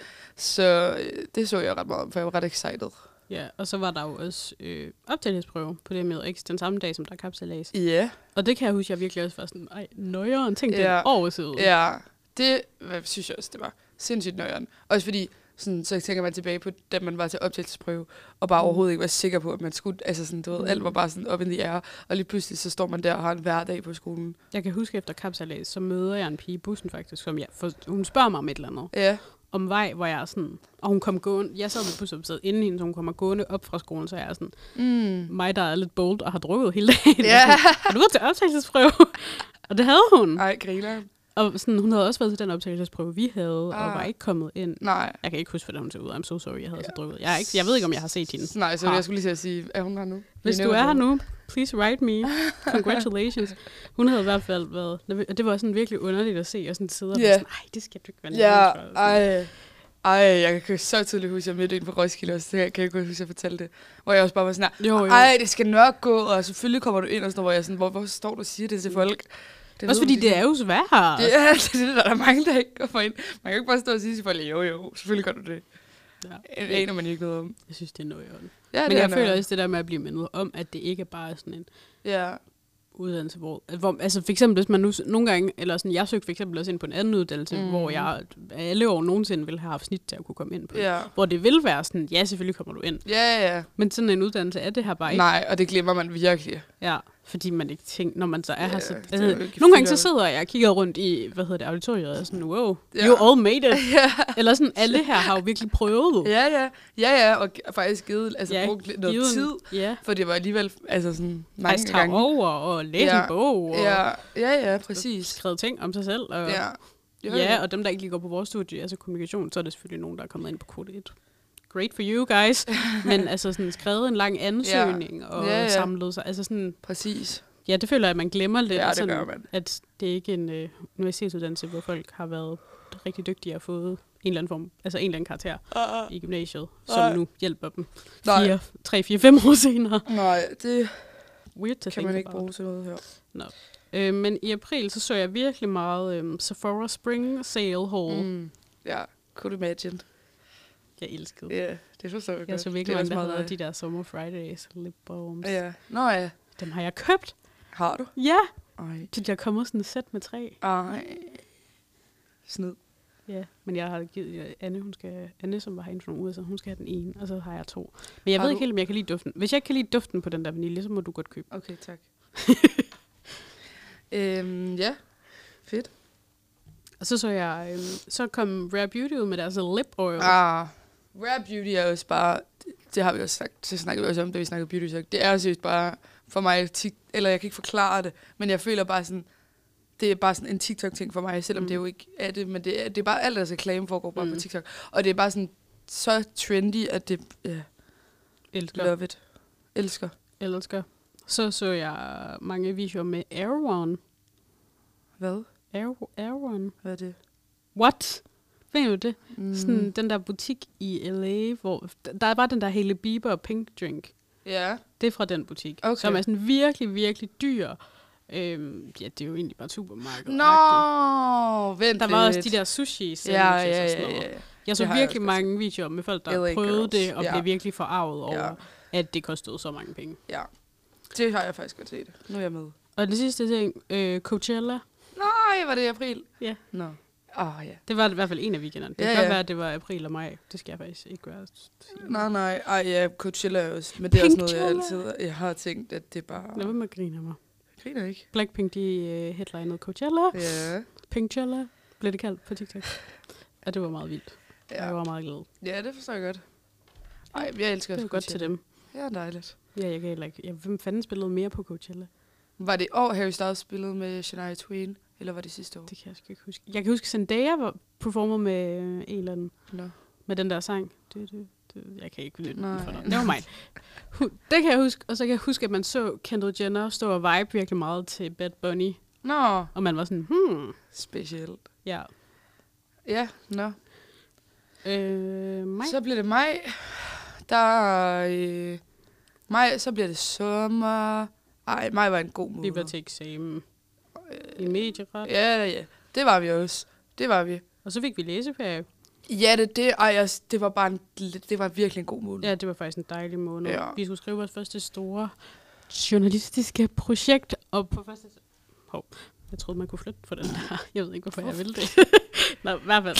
Så det så jeg ret meget om, for jeg var ret excited. Ja, og så var der jo også optagelsesprøve på det med X den samme dag, som der er kapsejlads. Ja. Og det kan jeg huske, jeg virkelig også var sådan, nøjeren, tænk det år siden. Ja, det synes jeg også, det var sindssygt nøjeren. Også fordi, sådan, så tænker man tilbage på, da man var til optagelsesprøve, og bare overhovedet ikke var sikker på, at man skulle, altså sådan, du ved, alt var bare sådan up in the air, og lige pludselig så står man der og har en hverdag på skolen. Jeg kan huske, efter kapsejlads, så møder jeg en pige i bussen faktisk, hun spørger mig om et eller andet. Ja. Om vej, hvor jeg er sådan, og hun kom gående, jeg sad ved busopsædet inden hende, så hun kommer gående op fra skolen, så jeg er sådan, mig der er lidt bold og har drukket hele dagen. Ja. Har du været til optagelsesprøve? Og det havde hun. Ej, griner. Og sådan, hun havde også været til den optagelsesprøve, vi havde, og var ikke kommet ind. Nej. Jeg kan ikke huske, hvordan hun så ud. I'm so sorry, jeg havde så drukket. Jeg ved ikke, om jeg har set hende. Nej, så jeg skulle lige til at sige, er hun her nu? Hvis du er her nu, please write me. Congratulations. Hun havde i hvert fald været, og det var sådan virkelig underligt at se, og sådan sidde og sådan, nej, det skal du ikke være nervøs for. Ej, jeg kan så tydeligt huske, at jeg mødte en på Roskilde også. Det kan jeg ikke huske, at jeg fortalte det. Hvor jeg også bare var sådan her, ej, det skal nok gå, og selvfølgelig kommer du ind og sådan, hvor jeg sådan, hvorfor står du og siger det til folk? Det også fordi det er jo svært. Ja, det er der er mange, der ikke kommer ind. Man kan ikke bare stå og sige til folk, jo, selvfølgelig gør du det. Ja. Det aner man ikke noget om. Jeg synes, det er noget. Ja, men jeg føler også det der med at blive mindet om, at det ikke er bare sådan en uddannelse, hvor altså for eksempel, hvis man nu nogle gange, eller sådan, jeg søgte for eksempel også ind på en anden uddannelse, hvor jeg alle år nogensinde ville have haft snit til at kunne komme ind på. Hvor det vil være sådan, ja, selvfølgelig kommer du ind. Ja. Men sådan en uddannelse er det her bare ikke. Nej, og det glemmer man virkelig. Ja, fordi man ikke tænker, når man så er her. Så, nogle gange så sidder jeg og kigger rundt i, auditoriet, og sådan, wow, you all made it. Eller sådan, alle her har jo virkelig prøvet. Ja, og faktisk givet, brugt noget tid, for det var alligevel, altså sådan, mange gange. Over og læse en bog. Og ja, præcis. Skrevet ting om sig selv. Og, og dem, der ikke lige går på vores studie, altså kommunikation, så er det selvfølgelig nogen, der er kommet ind på kvote 1. Great for you guys. Men altså sådan skrevet en lang ansøgning og samlet sig. Altså sådan, præcis. Ja, det føler jeg, at man glemmer lidt. Ja, det sådan, gør man. At det ikke er en universitetsuddannelse, hvor folk har været rigtig dygtige og fået en eller anden form, altså en eller anden karakter i gymnasiet, som nu hjælper dem 3-4-5 år senere. Nej, det kan man ikke bruge til noget her. No. Men i april, så jeg virkelig meget Sephora Spring Sale Haul. Ja, could imagine. Jeg elskede. Ja, det forstår jeg godt. Jeg så virkelig mange, der havde de der Summer Fridays lip balms. Ja. Nå ja. Dem har jeg købt. Har du? Ja. Ej. Så der kommer sådan et sæt med 3. Ej. Snyd. Ja, men jeg har givet Anne, som var herinde for nogle uger, så hun skal have den ene, og så har jeg 2. Men jeg ved ikke helt, om jeg kan lide duften. Hvis jeg ikke kan lide duften på den der vanilje, så må du godt købe. Okay, tak. Ja, fedt. Og så kom Rare Beauty ud med deres lip oil. Rare Beauty er også bare, det har vi også sagt, så snakkede vi også om, da vi snakkede beauty, så det er også bare for mig, eller jeg kan ikke forklare det, men jeg føler bare sådan, det er bare sådan en TikTok-ting for mig, selvom det jo ikke er det, men det er bare alt deres reklame foregår bare på TikTok, og det er bare sådan så trendy, at det, elsker. Love it. Elsker. Så jeg mange videoer med Erewhon. Hvad? Erewhon. Hvad er det? What? Ved du det? Sådan den der butik i LA, hvor der er bare den der Hailey Bieber Pink Drink. Ja. Det er fra den butik, som er sådan virkelig, virkelig dyr. Ja, det er jo egentlig bare et supermarked. Vent. Der var også de der sushi sandwiches og sådan noget. Jeg så virkelig mange videoer med folk, der prøvede det, og blev virkelig forarvet over, at det kostede så mange penge. Ja, det har jeg faktisk godt set. Nu er jeg med. Og den sidste ting, Coachella. Nej, var det i april? Ja. Nå. Ja. Det var i hvert fald en af weekenderne. Det kan godt være, at det var april og maj. Det skal jeg faktisk ikke gøre. Nej. Ja, Coachella er også. Men det er også noget, jeg har tænkt, at det bare... Lad være med at grine mig. Jeg griner ikke. Blackpink, de headlinede Coachella. Ja. Pinkchella blev det kaldt på TikTok. Og det var meget vildt. Jeg var meget glad. Ja, det forstår jeg godt. Ej, jeg elsker det er godt til dem. Ja, dejligt. Ja, jeg kan heller ikke. Hvem fanden spillede mere på Coachella? Var det år, Harry Styles spillede med Shania Twain? Eller var det sidste år? Det kan jeg sgu ikke huske. Jeg kan huske, Zendaya var performet med en eller anden. No. Med den der sang. Jeg kan ikke lytte den for dig. Det var mig. Det kan jeg huske. Og så kan jeg huske, at man så Kendall Jenner stå og vibe virkelig meget til Bad Bunny. Nå. Og man var sådan, Specielt. Ja. Ja, nå. Maj. Så bliver det maj. Maj, så bliver det sommer. Ej, maj var en god måned. Bibliotekseksamen. I medieret. Ja. Det var vi også. Det var vi. Og så fik vi læseferie. Ja, det var bare det var virkelig en god måned. Ja, det var faktisk en dejlig måned. Ja. Vi skulle skrive vores første store journalistiske projekt. Og på første... jeg troede, man kunne flytte på den der. Jeg ved ikke, hvorfor jeg ville det. Nå, i hvert fald.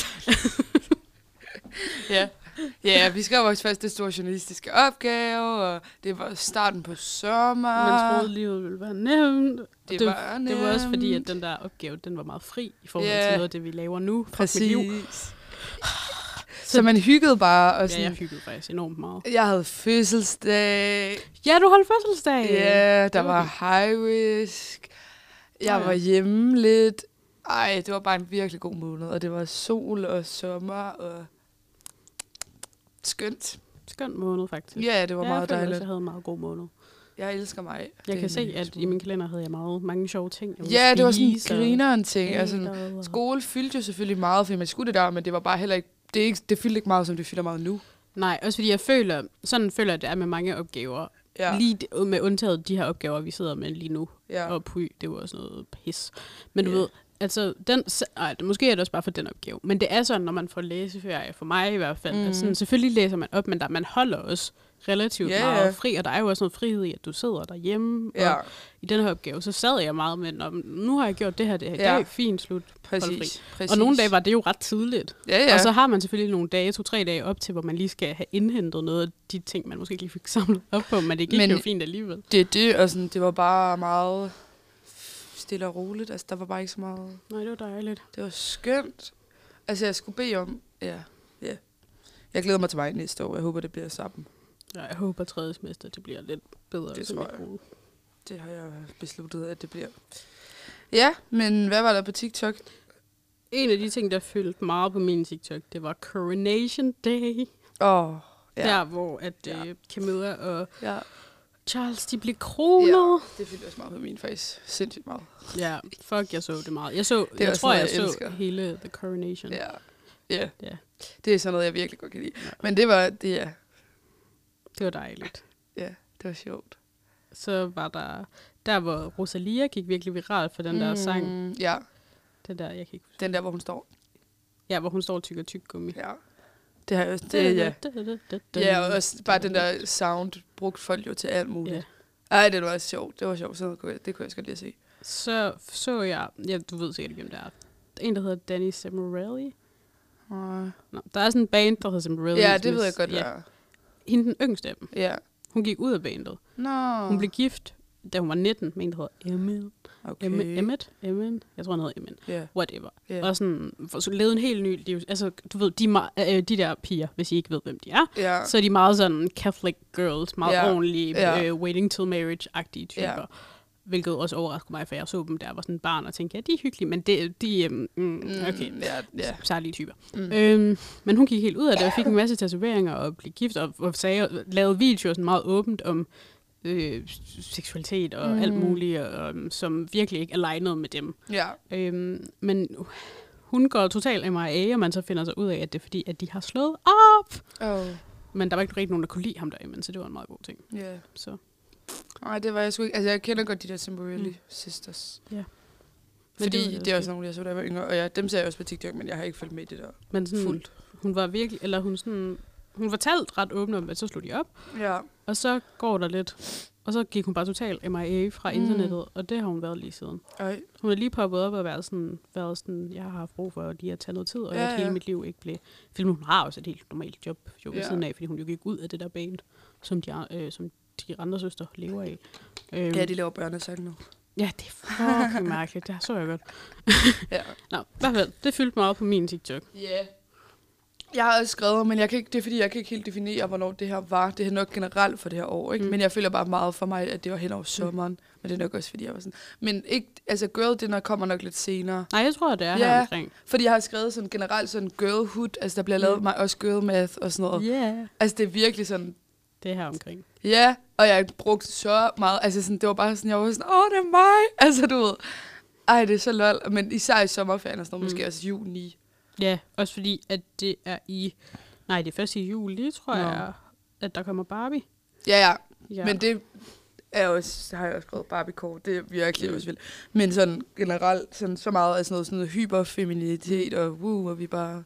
Ja, vi skrev vores første store journalistiske opgave, og det var starten på sommer. Man troede, livet ville være nemt. Det var nemt. Det var også fordi, at den der opgave, den var meget fri i forhold til noget af det, vi laver nu. Præcis. Så man hyggede bare. Og sådan, ja, jeg hyggede faktisk enormt meget. Jeg havde fødselsdag. Ja, du holdt fødselsdag. Ja, der var high risk. Jeg var hjemme lidt. Ej, det var bare en virkelig god måned. Og det var sol og sommer og skønt. Skønt måned, faktisk. Ja, det var meget dejligt. Jeg havde en meget god måned. Jeg elsker mig. Jeg kan se, at i min kalender havde jeg mange sjove ting. Ja, det var sådan en grineren ting. Altså, skole fyldte jo selvfølgelig meget, fordi man skulle det der, men det var bare heller ikke, det fyldte ikke meget, som det fylder meget nu. Nej, også fordi jeg føler, at det er med mange opgaver. Ja. Lige med undtaget de her opgaver, vi sidder med lige nu. Ja. Og det var også noget pis. Men du ved, altså, måske er det også bare for den opgave. Men det er sådan, når man får læseferie, for mig i hvert fald, at sådan, selvfølgelig læser man op, men man holder også relativt meget fri, og der er jo også noget frihed i, at du sidder derhjemme. Og i den her opgave, så sad jeg meget med, nu har jeg gjort det her, det er fint slut. Præcis. Og nogle dage var det jo ret tidligt. Ja. Og så har man selvfølgelig nogle dage, 2-3 dage op til, hvor man lige skal have indhentet noget af de ting, man måske ikke lige fik samlet op på, men det gik jo fint alligevel. Det, og sådan, det var bare meget stille og roligt. Altså, der var bare ikke så meget. Nej, det var dejligt. Det var skønt. Altså, jeg skulle bede om, jeg glæder mig til mig næste år. Jeg håber, det bliver sammen. Ja, jeg håber, 3. semester det bliver lidt bedre. Det tror jeg. Det har jeg besluttet, at det bliver. Ja, men hvad var der på TikTok? En af de ting, der fyldte meget på min TikTok, det var Coronation Day. Der, hvor at Camilla og Charles, de blev kronet. Ja, det fyldte også meget på min, faktisk. Sindssygt meget. Ja, jeg så det meget. Jeg så hele The Coronation. Ja. Det er sådan noget, jeg virkelig godt kan lide. Ja. Men det var dejligt. Ja, det var sjovt. Så var der hvor Rosalia gik virkelig viralt for den der sang. Ja. Den der, jeg kan ikke huske. Den der, hvor hun står. Ja, hvor hun står og tykker tyggegummi. Ja. Det har jeg også. Ja, og også bare den der sound brugte folk jo til alt muligt. Yeah. Ej, det var også sjovt. Det var sjovt. Det kunne jeg også godt lide at se. Så jeg, du ved sikkert ikke, hvem det er. En, der hedder Danny Samarelli. Nå, der er sådan en band, der hedder Samarelli. Ja, det ved jeg godt, ja. Hende den yngste af dem. Ja. Hun gik ud af bandet. Hun blev gift, da hun var 19, med en, der hedder Emmet. Emmet? Jeg tror, han hedder Emmet. Yeah. Whatever. Yeah. Og sådan, så levede en helt ny liv. Altså, du ved, de der piger, hvis I ikke ved, hvem de er, så er de meget sådan Catholic girls, meget ordentlige, waiting till marriage-agtige typer. Hvilket også overraskede mig, for jeg så dem der var sådan en barn og tænkte, ja, de er hyggelige, men okay, særlige typer. Men hun gik helt ud af det og fik en masse tatoveringer og blev gift og lavede videoer sådan meget åbent om seksualitet og alt muligt, som virkelig ikke alignede med dem. Ja. Men hun går totalt MIA, og man så finder sig ud af, at det er fordi, at de har slået op. Men der var ikke rigtig nogen, der kunne lide ham derinde, så det var en meget god ting. Ja. Så. Nej, det var jeg sgu ikke. Altså, jeg kender godt de der Samarelli Sisters. Ja. Fordi det er også nogle, jeg så, da jeg var yngre. Og dem ser jeg også på TikTok, men jeg har ikke fulgt med i det der men sådan, fuldt. Hun var virkelig, eller hun fortalte ret åbent om, at så slog de op. Ja. Og så går der lidt. Og så gik hun bare totalt MIA fra internettet, og det har hun været lige siden. Hun er lige poppet op og været sådan, jeg har haft brug for lige at tage noget tid, og at hele mit liv ikke blev filmet. Hun har også et helt normalt job ved siden af, fordi hun jo gik ud af det der band, som de andre søstre lever af. Ja, de laver børnesang nu. Ja, det er fucking mærkeligt. Det så jeg godt. Nå, i hvert fald, det fyldte meget på min TikTok. Ja. Jeg har også skrevet, men det er fordi, jeg kan ikke helt definere, hvornår det her var. Det er nok generelt for det her år, ikke? Men jeg føler bare meget for mig, at det var hen over sommeren. Men det er nok også, fordi jeg var sådan... Men ikke, altså girl dinner kommer nok lidt senere. Nej, jeg tror, det er her omkring. Fordi jeg har skrevet sådan generelt sådan girlhood. Altså, der bliver lavet mig også girl math og sådan noget. Yeah. Altså, det er virkelig sådan... Det er her omkring. Ja, og jeg brugte så meget... Altså, sådan, det var bare sådan, jeg var sådan, det er mig! Altså, du ved... Ej, det er så lol. Men især i sommerferien og sådan noget, måske også juni. Ja, også fordi, at det er i... Nej, det er først i juli, tror jeg, at der kommer Barbie. Ja. Men det er også, har jeg også skrevet Barbie-kort. Det er virkelig også vildt. Men sådan generelt, så meget af sådan noget hyperfeminitet, og vi bare...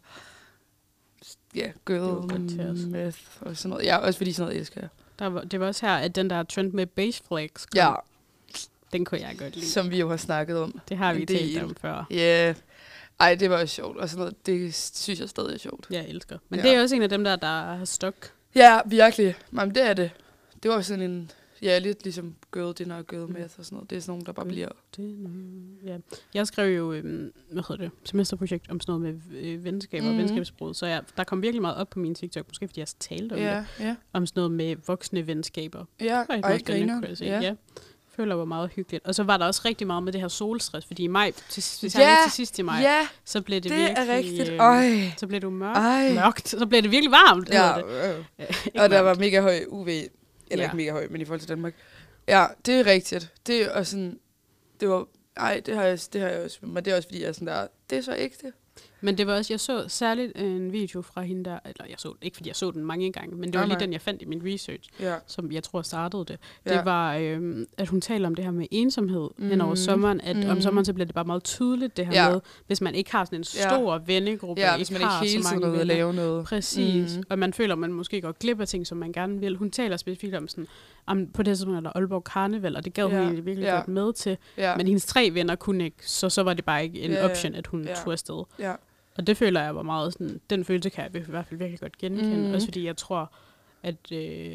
Ja, girl math og sådan noget. Ja, også fordi sådan noget elsker jeg. Det var også her, at den der trend med beige flags kom. Ja. Den kunne jeg godt lide. Som vi jo har snakket om. Det har vi talt om før. Ja. Yeah. Ej, det var også sjovt. Og sådan noget, det synes jeg stadig er sjovt. Jeg elsker. Men det er også en af dem der har stok. Ja, virkelig. Men det er det. Det var sådan en... Ja, lidt ligesom girl dinner og girl math og sådan noget. Det er sådan nogle, der bare bliver... Ja. Jeg skrev jo, semesterprojekt om sådan noget med venskab og venskabsbrud. Så der kom virkelig meget op på min TikTok. Måske fordi jeg talte om det. Om sådan noget med voksne venskaber. Ja, og griner. Ja. Føler var meget hyggeligt. Og så var der også rigtig meget med det her solstress, fordi i maj, til sidst i maj, så blev det virkelig... Det er rigtigt. Så blev det mørkt. Så blev det virkelig varmt. Og der var mega høj UV. Eller ikke mega høj, men i forhold til Danmark. Ja, det er rigtigt. Det er også sådan... Det var... Ej, det har jeg også... Men det er også fordi, jeg er sådan der... Det er så ægte. Men det var også, jeg så særligt en video fra hende der, eller jeg så ikke fordi jeg så den mange gange, men det var lige den, jeg fandt i min research, som jeg tror startede det. Det var, at hun taler om det her med ensomhed hen over sommeren, at om sommeren så bliver det bare meget tydeligt, det her med, hvis man ikke har sådan en stor vennegruppe, hvis man ikke hele tiden vil lave noget. Præcis, og man føler, at man måske går glip af ting, som man gerne vil. Hun taler specifikt om sådan, på det tidspunkt er der Aalborg Karneval, og det gad hun egentlig virkelig godt med til, men hendes 3 venner kunne ikke, så var det bare ikke en option, at hun tog afsted. Ja. Og det føler jeg var meget sådan, den følelse kan jeg i hvert fald virkelig godt genkende. Også fordi jeg tror, at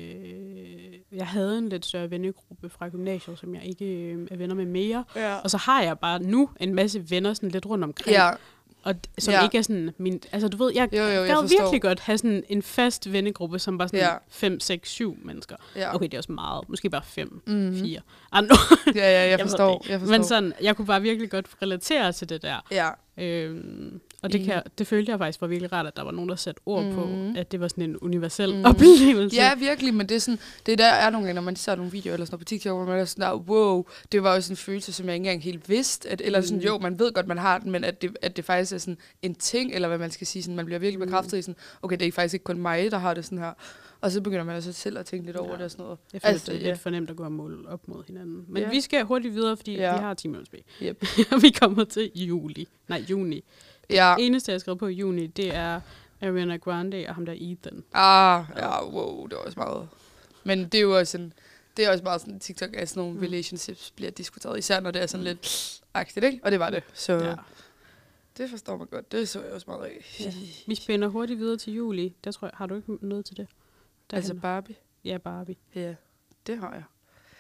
jeg havde en lidt større vennegruppe fra gymnasiet, som jeg ikke er venner med mere. Ja. Og så har jeg bare nu en masse venner sådan lidt rundt omkring. Ja. Og som ikke er sådan min... Altså du ved, jeg gad virkelig godt have sådan en fast vennegruppe, som bare sådan 5, 6, 7 mennesker. Ja. Okay, det er også meget. Måske bare 5, 4. Jeg forstår. Men sådan, jeg kunne bare virkelig godt relatere til det der. Ja. Og det følte jeg faktisk var virkelig rart, at der var nogen, der satte ord på, at det var sådan en universel oplevelse. Ja, virkelig, men det er sådan, det der er nogle gange, når man ser nogle videoer eller sådan noget på TikTok, hvor man er sådan der, wow, det var også en følelse, som jeg ikke engang helt vidste, eller sådan, jo, man ved godt, man har den, men at det faktisk er sådan en ting, eller hvad man skal sige, sådan, man bliver virkelig bekræftet i sådan, okay, det er faktisk ikke kun mig, der har det sådan her. Og så begynder man altså selv at tænke lidt over det og sådan noget. Jeg føler, det er lidt for nemt at gå og måle op mod hinanden. Men vi skal hurtigt videre, fordi vi har 10 minutter tilbage. Yep. Vi kommer til juni. Det eneste, jeg har skrevet på i juni, det er Ariana Grande og ham der Ethan. Wow, det var også meget. Men det er jo også sådan, det er også meget sådan, TikTok er sådan nogle relationships bliver diskuteret, især når det er sådan lidt agtigt, ikke? Og det var det. Så det forstår man godt. Det så jeg også meget af. Ja. Vi spænder hurtigt videre til juli. Der tror jeg, har du ikke noget til det? Altså Barbie? Ja, Barbie. Ja, det har jeg.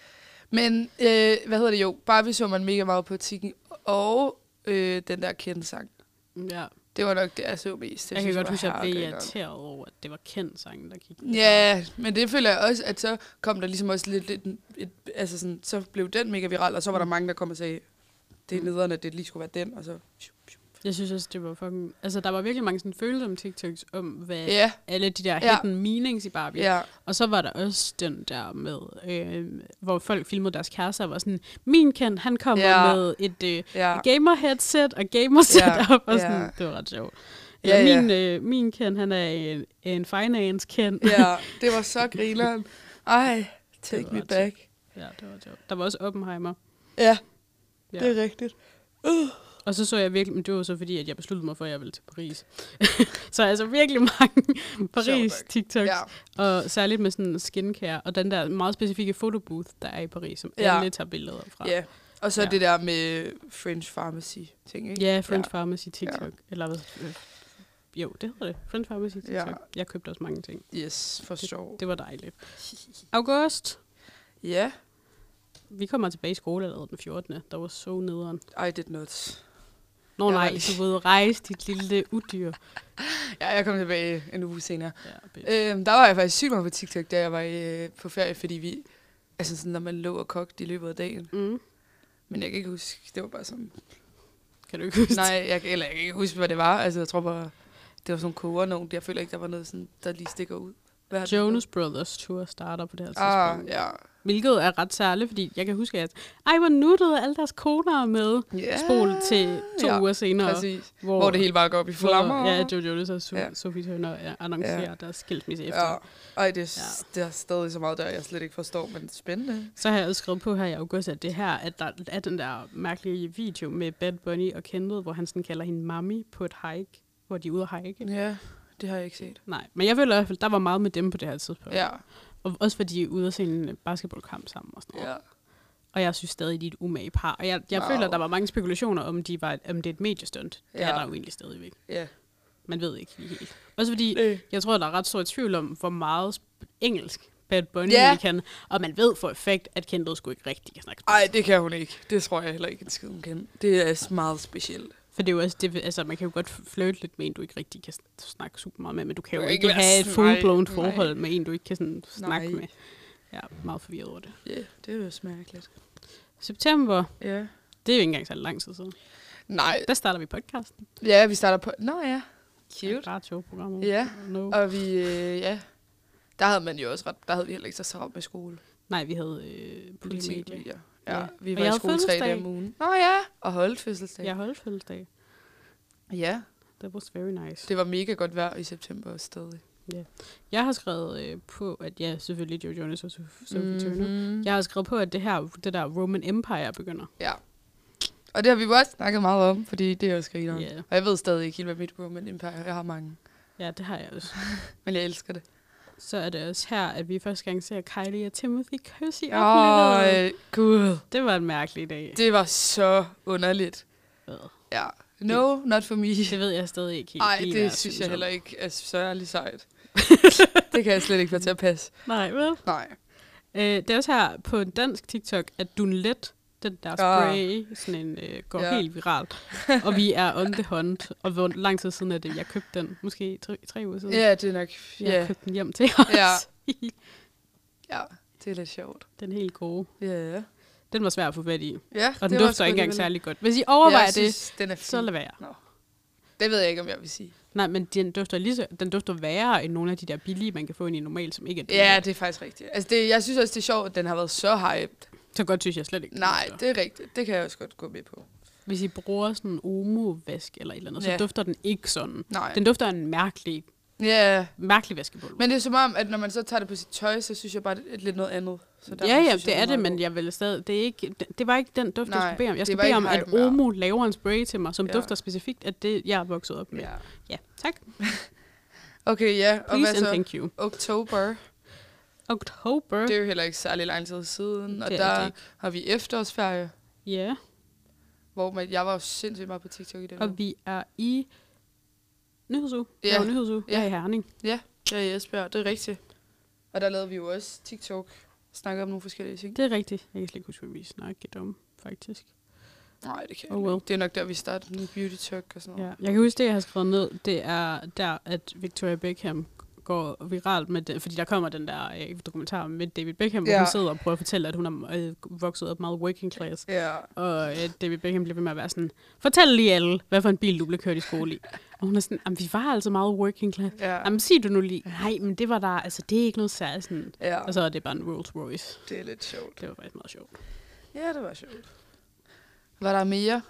Men, Barbie så man mega meget på TikTok, og den der Ken-sang. Ja. Det var nok det, jeg så mest. Jeg kan godt huske, at jeg blev irriteret over, at det var Ken-sangen, der gik. Ja, men det føler jeg også, at så kom der ligesom også lidt altså sådan, så blev den mega viral, og så var der mange, der kom og sagde, det er nederen, at det lige skulle være den, og så... Jeg synes også, det var fucking... Altså, der var virkelig mange sådan følelser om TikToks, om hvad alle de der hidden meanings i Barbie. Ja. Og så var der også den der med, hvor folk filmede deres kærester, og var sådan, min Ken, han kommer med et gamer-headset og gamer-setup, og sådan, det var ret sjovt. Eller min Ken, han er en finance-Ken. Ja, det var så grineren. Ej, take me back. Ja, det var sjovt. Der var også Oppenheimer. Ja, det er rigtigt. Og så jeg virkelig, men det var så fordi, at jeg besluttede mig for, at jeg ville til Paris. Så altså virkelig mange Paris-TikToks, og særligt med sådan skincare, og den der meget specifikke fotobooth, der er i Paris, som alle tager billeder fra. Ja, og så det der med French Pharmacy-ting, ikke? Ja, French Pharmacy TikTok, eller hvad? Jo, det hedder det. French Pharmacy TikTok. Ja. Jeg købte også mange ting. Yes, for sjov. Det var dejligt. August. Ja. Vi kommer tilbage i skole allerede den 14. Der var så nederen. I did not. Nå nej, du ved, rejse dit lille udyr. Ja, jeg kom tilbage en uge senere. Ja, der var jeg faktisk sygt meget på TikTok, da jeg var på ferie, fordi vi... Altså sådan, når man lå og kogte i løbet af dagen. Mm. Men jeg kan ikke huske, det var bare sådan... Kan du ikke huske? Nej, jeg kan ikke huske, hvad det var. Altså, jeg tror bare, det var sådan kogernån. Jeg føler ikke, der var noget sådan, der lige stikker ud. Jonas Brothers tour starter på det her tidspunkt. Ja. Hvilket er ret særligt, fordi jeg kan huske, at hvor nuttede alle deres koner med spol til 2 uger senere. Præcis. Hvor det hele bare går op i flammer. Ja, Joe Jonas og Sophie Turner annoncerer deres skilsmisse efter. Ja. Ej, det er stadig så meget der, jeg slet ikke forstår, men det er spændende. Så har jeg også skrevet på her i august, at det her, at der er den der mærkelige video med Bad Bunny og Kendall, hvor han sådan kalder hende Mami på et hike, hvor de er ude at hike. Ja, det har jeg ikke set. Nej, men jeg føler i hvert fald, der var meget med dem på det her tidspunkt. Ja. Og også fordi de er ude at se en basketballkamp sammen og sådan noget. Ja. Og jeg synes stadig, de er et umage par. Og jeg føler, at der var mange spekulationer om det er et mediestunt. Det er der jo egentlig stadigvæk. Ja. Man ved ikke lige helt. Også fordi, jeg tror, der er ret stor tvivl om, hvor meget engelsk Bad Bunny kan. Og man ved for effekt, at Kendall skulle ikke rigtig kan snakke. Nej, det kan hun ikke. Det tror jeg heller ikke, en skid hun kan. Det er meget specielt. For det er jo også, altså man kan jo godt flirte lidt med en, du ikke rigtig kan snakke super meget med, men du kan jo ikke have et full-blown forhold med en, du ikke kan sådan snakke med. Ja, meget forvirret over det. Ja, det er jo mærkeligt. September, ja. Det er jo ikke engang så lang tid siden. Nej. Der starter vi podcasten. Ja, vi starter på... Nå ja, cute. Radio-programmer. Ja, og vi... Der havde man jo også der havde vi heller ikke så travlt med skole. Nej, vi havde politik. Ja, vi var i skole 3 dage om ugen. Nå ja, og holdt fødselsdag. Jeg holdt fødselsdag. Ja. That was very nice. Det var mega godt vejr i september stadig. Ja. Jeg har skrevet på, at selvfølgelig Joe Jonas og Sophie Turner. Jeg har skrevet på, at det der Roman Empire begynder. Ja. Og det har vi jo også snakket meget om, fordi det er jo skrineren. Yeah. Og jeg ved stadig ikke helt, hvad mit Roman Empire. Jeg har mange. Ja, det har jeg også. Men jeg elsker det. Så er det også her, at vi første gang ser Kylie og Timothy kysse i offentligheden. Gud. Det var en mærkelig dag. Det var så underligt. Ja. No, not for me. Det ved jeg stadig ikke helt. Nej, det synes jeg heller ikke er særligt sejt. Det kan jeg slet ikke være til at passe. Nej, vel? Nej. Det er også her på en dansk TikTok, at Dunlet, den der spray, sådan en, går helt viralt. Og vi er on the hunt. Og hvor lang tid siden er det, jeg købte den? Måske 3 uger siden? Ja, det er nok. Jeg købte den hjem til os. Ja, det er lidt sjovt. Den er helt gode. Ja. Den var svær at få fat i. Ja, og den dufter ikke engang særlig godt. Hvis I overvejer det, den er så lad være. No. Det ved jeg ikke, om jeg vil sige. Nej, men den dufter værre end nogle af de der billige, man kan få ind i normalt, som ikke er billige. Ja, det er faktisk rigtigt. Altså jeg synes også, det er sjovt, at den har været så hyped. Så godt synes jeg slet ikke. Nej, det er rigtigt. Det kan jeg også godt gå med på. Hvis I bruger sådan en Omo-vask eller et eller andet, så dufter den ikke sådan. Nej. Den dufter en mærkelig vaskebold. Men det er som om, at når man så tager det på sit tøj, så synes jeg bare, det er lidt noget andet. Så det er det, men jeg vil stadig... Det var ikke den duft, jeg skulle bede om. Jeg skulle bede om, at Omo laver en spray til mig, som dufter specifikt af det, jeg er vokset op med. Ja, tak. Okay, ja. Og hvad så? Thank you. Oktober. Det er jo heller ikke særlig lang tid siden. Og der har vi efterårsferie. Ja. Hvor jeg var jo sindssygt meget på TikTok i den. Og vi er i Nyhedsuge. Ja. Nyhedsuge. Jeg er i Herning. Ja, jeg er i Esbjerg. Det er rigtigt. Og der lavede vi jo også TikTok. Snakke om nogle forskellige ting. Det er rigtigt. Jeg kan slet ikke huske, hvad vi snakkede om, faktisk. Nej, det kan jeg ikke. Det er nok der, vi startede med beauty talk og sådan noget. Ja. Jeg kan huske, det jeg har skrevet ned, det er der, at Victoria Beckham går viralt med det, fordi der kommer den der dokumentar med David Beckham, hvor hun sidder og prøver at fortælle, at hun er vokset op meget working class. Ja. Og David Beckham bliver ved med at være sådan, fortæl lige alle, hvad for en bil du blev kørt i skole i. Og hun er sådan, vi var altså meget working class. Ja. Jamen sig du nu lige, nej, men det var der, altså det er ikke noget særligt sådan. Ja. Og så er det bare en Rolls Royce. Det er lidt sjovt. Det var faktisk meget sjovt. Ja, det var sjovt. Var der mere?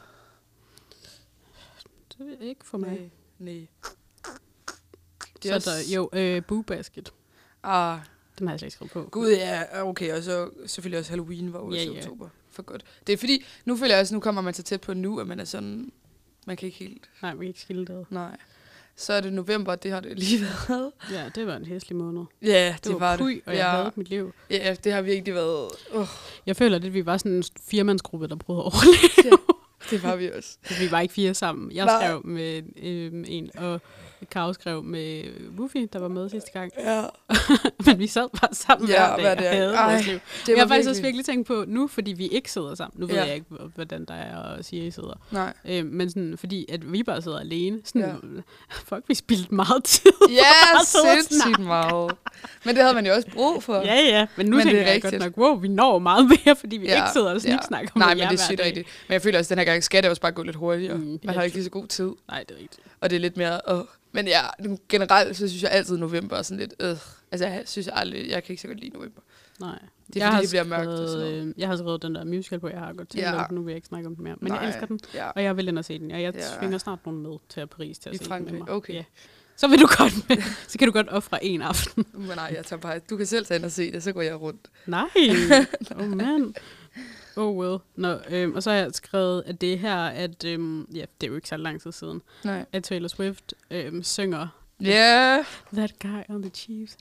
Det er ikke for mig. Nej. Så er der jo Boo Basket. Den har jeg slet ikke skrevet på. Gud, ja, okay. Og så selvfølgelig også Halloween var også i oktober. For godt. Det er fordi, nu føler jeg også, nu kommer man så tæt på nu, at man er sådan, man kan ikke helt... Nej, man kan ikke skille det. Nej. Så er det november, det har det lige været. Ja, det var en hæslig måned. Ja, det var det. Og jeg havde mit liv. Ja, det har virkelig været... Jeg føler, at vi var sådan en 4-mandsgruppe, der prøvede at overleve. Det var vi også. Vi var ikke 4 sammen. Jeg skrev med en, og Karo skrev med Wuffy, der var med sidste gang. Ja. Men vi sad bare sammen hver dag og havde vores liv. Jeg har faktisk også virkelig tænkt på nu, fordi vi ikke sidder sammen. Nu ved jeg ikke, hvordan der er og siger, I sidder. Nej. Men sådan, fordi at vi bare sidder alene. Sådan, fuck, vi spildte meget tid. Ja, sindssygt meget. Men det havde man jo også brug for. Ja, men nu tænker jeg godt nok, wow, vi når meget mere, fordi vi ikke sidder og sniksnakker om Nej, men det er sygt rigtigt. Men jeg føler også, at den her gang skal det også bare gå lidt hurtigere. Man har ikke lige så god tid. Nej, det er rigtigt. Og det er lidt mere... Men ja, generelt så synes jeg altid, at november er sådan lidt... Altså, jeg synes aldrig... Jeg kan ikke så godt lide november. Nej. Det er fordi, det bliver mørkt og sådan noget. Jeg har skrevet den der musical på, jeg har godt tænkt nu vil jeg ikke snakke om det mere. Men jeg elsker den, og jeg vil ind og se den. Og jeg svinger snart nogen med til Paris til at se den med mig. Okay. Ja. Så vil du godt med. Så kan du godt ofre en aften. Men nej, jeg tager bare... Du kan selv tage ind og se det, så går jeg rundt. Nej. Man. Oh well. Og så har jeg skrevet, at det her, at det er jo ikke så lang tid siden, at Taylor Swift synger That Guy on the Chiefs.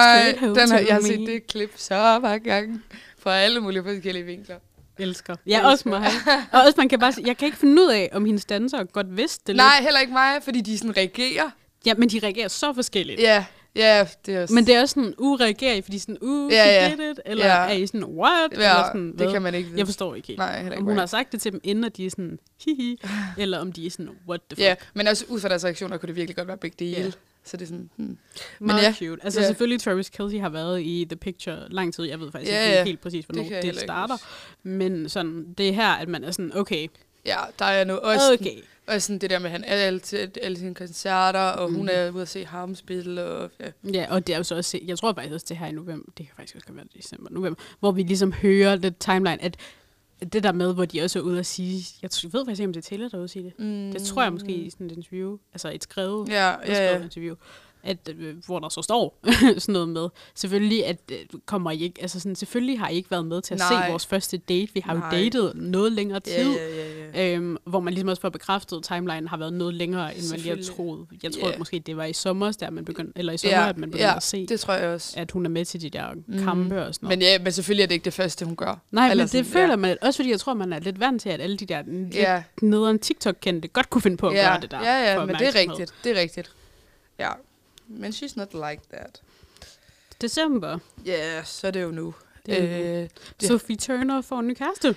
Jeg har set det klip så mange gange fra alle mulige forskellige vinkler. Elsker. Ja, også mig. Og også man kan bare jeg kan ikke finde ud af, om hendes dansere godt vidste det. Nej, heller ikke mig, fordi de sådan reagerer. Ja, men de reagerer så forskelligt. Ja, det er også... Men det er også sådan, reagerer I, fordi sådan, she did it? Eller er I sådan, what? Ja, eller sådan, det kan man ikke vide. Jeg forstår ikke helt. Nej, om hun har sagt det til dem, inden de er sådan, hihi, eller om de er sådan, what the fuck? Ja, men også ud fra deres reaktioner, kunne det virkelig godt være begge dele. Yeah. Så det er sådan, Meget cute. Altså selvfølgelig, Travis Kelce har været i The Picture lang tid. Jeg ved faktisk ikke helt præcis, hvornår det starter. Men sådan, det er her, at man er sådan, okay. Ja, der er nu også... Okay. Og sådan det der med, han er alle sine koncerter, og hun er ude at se ham spille. Og, og det er jo så også, jeg tror faktisk også det her i november, det kan faktisk også være december, november, hvor vi ligesom hører lidt timeline, at det der med, hvor de også er ude at sige, jeg ved faktisk ikke, om det er Taylor, der er ude at sige det. Det tror jeg måske i sådan et interview, altså et skrevet interview, at, hvor der så står sådan noget med. Selvfølgelig kommer I ikke, altså sådan, selvfølgelig har I ikke været med til at se vores første date. Vi har jo datet noget længere tid, hvor man ligesom også får bekræftet, at timeline har været noget længere, end man lige har troet. Jeg tror måske, det var i sommer, der man begyndte, eller i sommer, at man begyndte at se, det tror jeg også. At hun er med til de der kampe og sådan noget. Men selvfølgelig er det ikke det første, hun gør. Nej, men det føler man, også fordi jeg tror, man er lidt vant til, at alle de der lidt nederen TikTok-kendte godt kunne finde på at gøre det der. Ja, men det er rigtigt. Ja. Men she's not like that. December. Ja, så er det jo nu. Sophie Turner får en ny kæreste.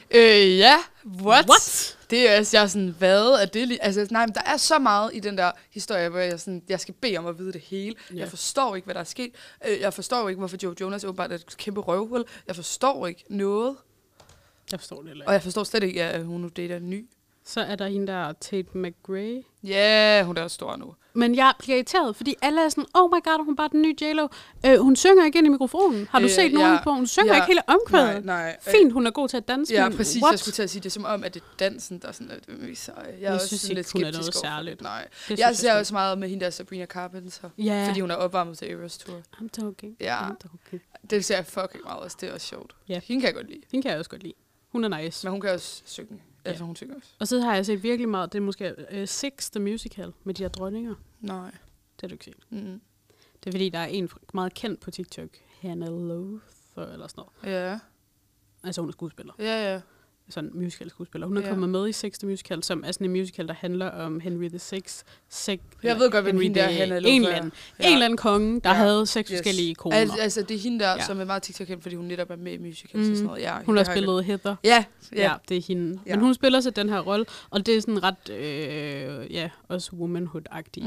What? Det er jeg sådan, hvad er det? Altså, nej, men der er så meget i den der historie, hvor jeg skal bede om at vide det hele. Jeg forstår ikke, hvad der er sket. Jeg forstår ikke, hvorfor Joe Jonas åbenbart er et kæmpe røvhul. Jeg forstår ikke noget. Jeg forstår det heller ikke. Og jeg forstår slet ikke, at hun nu dater en ny. Så er der hende der, Tate McRae. Ja, hun er stor nu. Men jeg bliver irriteret, fordi alle er sådan, oh my god, hun er bare den nye J-Lo. Hun synger ikke ind i mikrofonen. Har du set nogen på? Hun synger ikke hele omkvædet. Nej. Fint, hun er god til at danse. Ja, præcis. What? Jeg skulle til at sige det som om, at det er dansen, der er sådan jeg synes ikke, hun er noget særligt. Nej. Jeg ser også meget med hende der Sabrina Carpenter, fordi hun er opvarmet til Eras Tour. I'm talking. Ja, det ser jeg fucking meget også. Det er også sjovt. Yeah. Hende kan jeg godt lide. Hende kan jeg også godt lide. Hun er nice. Men hun kan også synge. Altså, hun synger også. Og så har jeg set virkelig meget, det er måske Six, the Musical, med de her dronninger. Nej. Det har du ikke set. Det er fordi, der er en meget kendt på TikTok, Hannah Lothar, eller sådan noget. Ja. Altså, hun er skuespiller. Ja. Sådan en musical-skuespiller. Hun er kommet med i Six, the Musical, som er sådan en musical, der handler om Henry VI. Jeg ved godt, hvem hende der Hannah Lothar. En eller anden konge, der havde 6 forskellige koner. Altså, det er hende der, som er meget TikTok-kendt, fordi hun netop er med i musicals og sådan noget. Ja, hun har spillet Heather. Ja, det er hende. Ja. Men hun spiller så den her rolle, og det er sådan ret, også womanhood-agtig.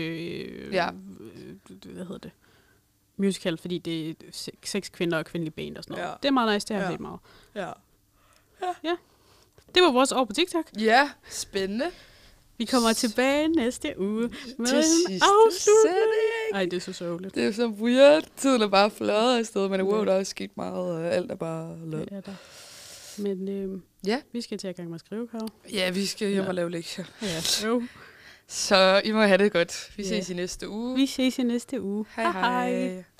Hvad hedder det? Musical, fordi det er 6 kvinder og kvindelige band og sådan noget. Det er meget nice, det har jeg set meget. Ja. Det var vores år på TikTok. Ja, spændende. Vi kommer tilbage næste uge med en afslutning. Ej, det er så sørgeligt. Det er så weird. Tiden er bare fløjet afsted, men der er sket meget, og alt er bare lød. Ja, men vi skal til at gang med at skrive, Karo. Ja, vi skal hjem og lave lektier. Ja, Så I må have det godt. Vi ses i næste uge. Vi ses i næste uge. Hej.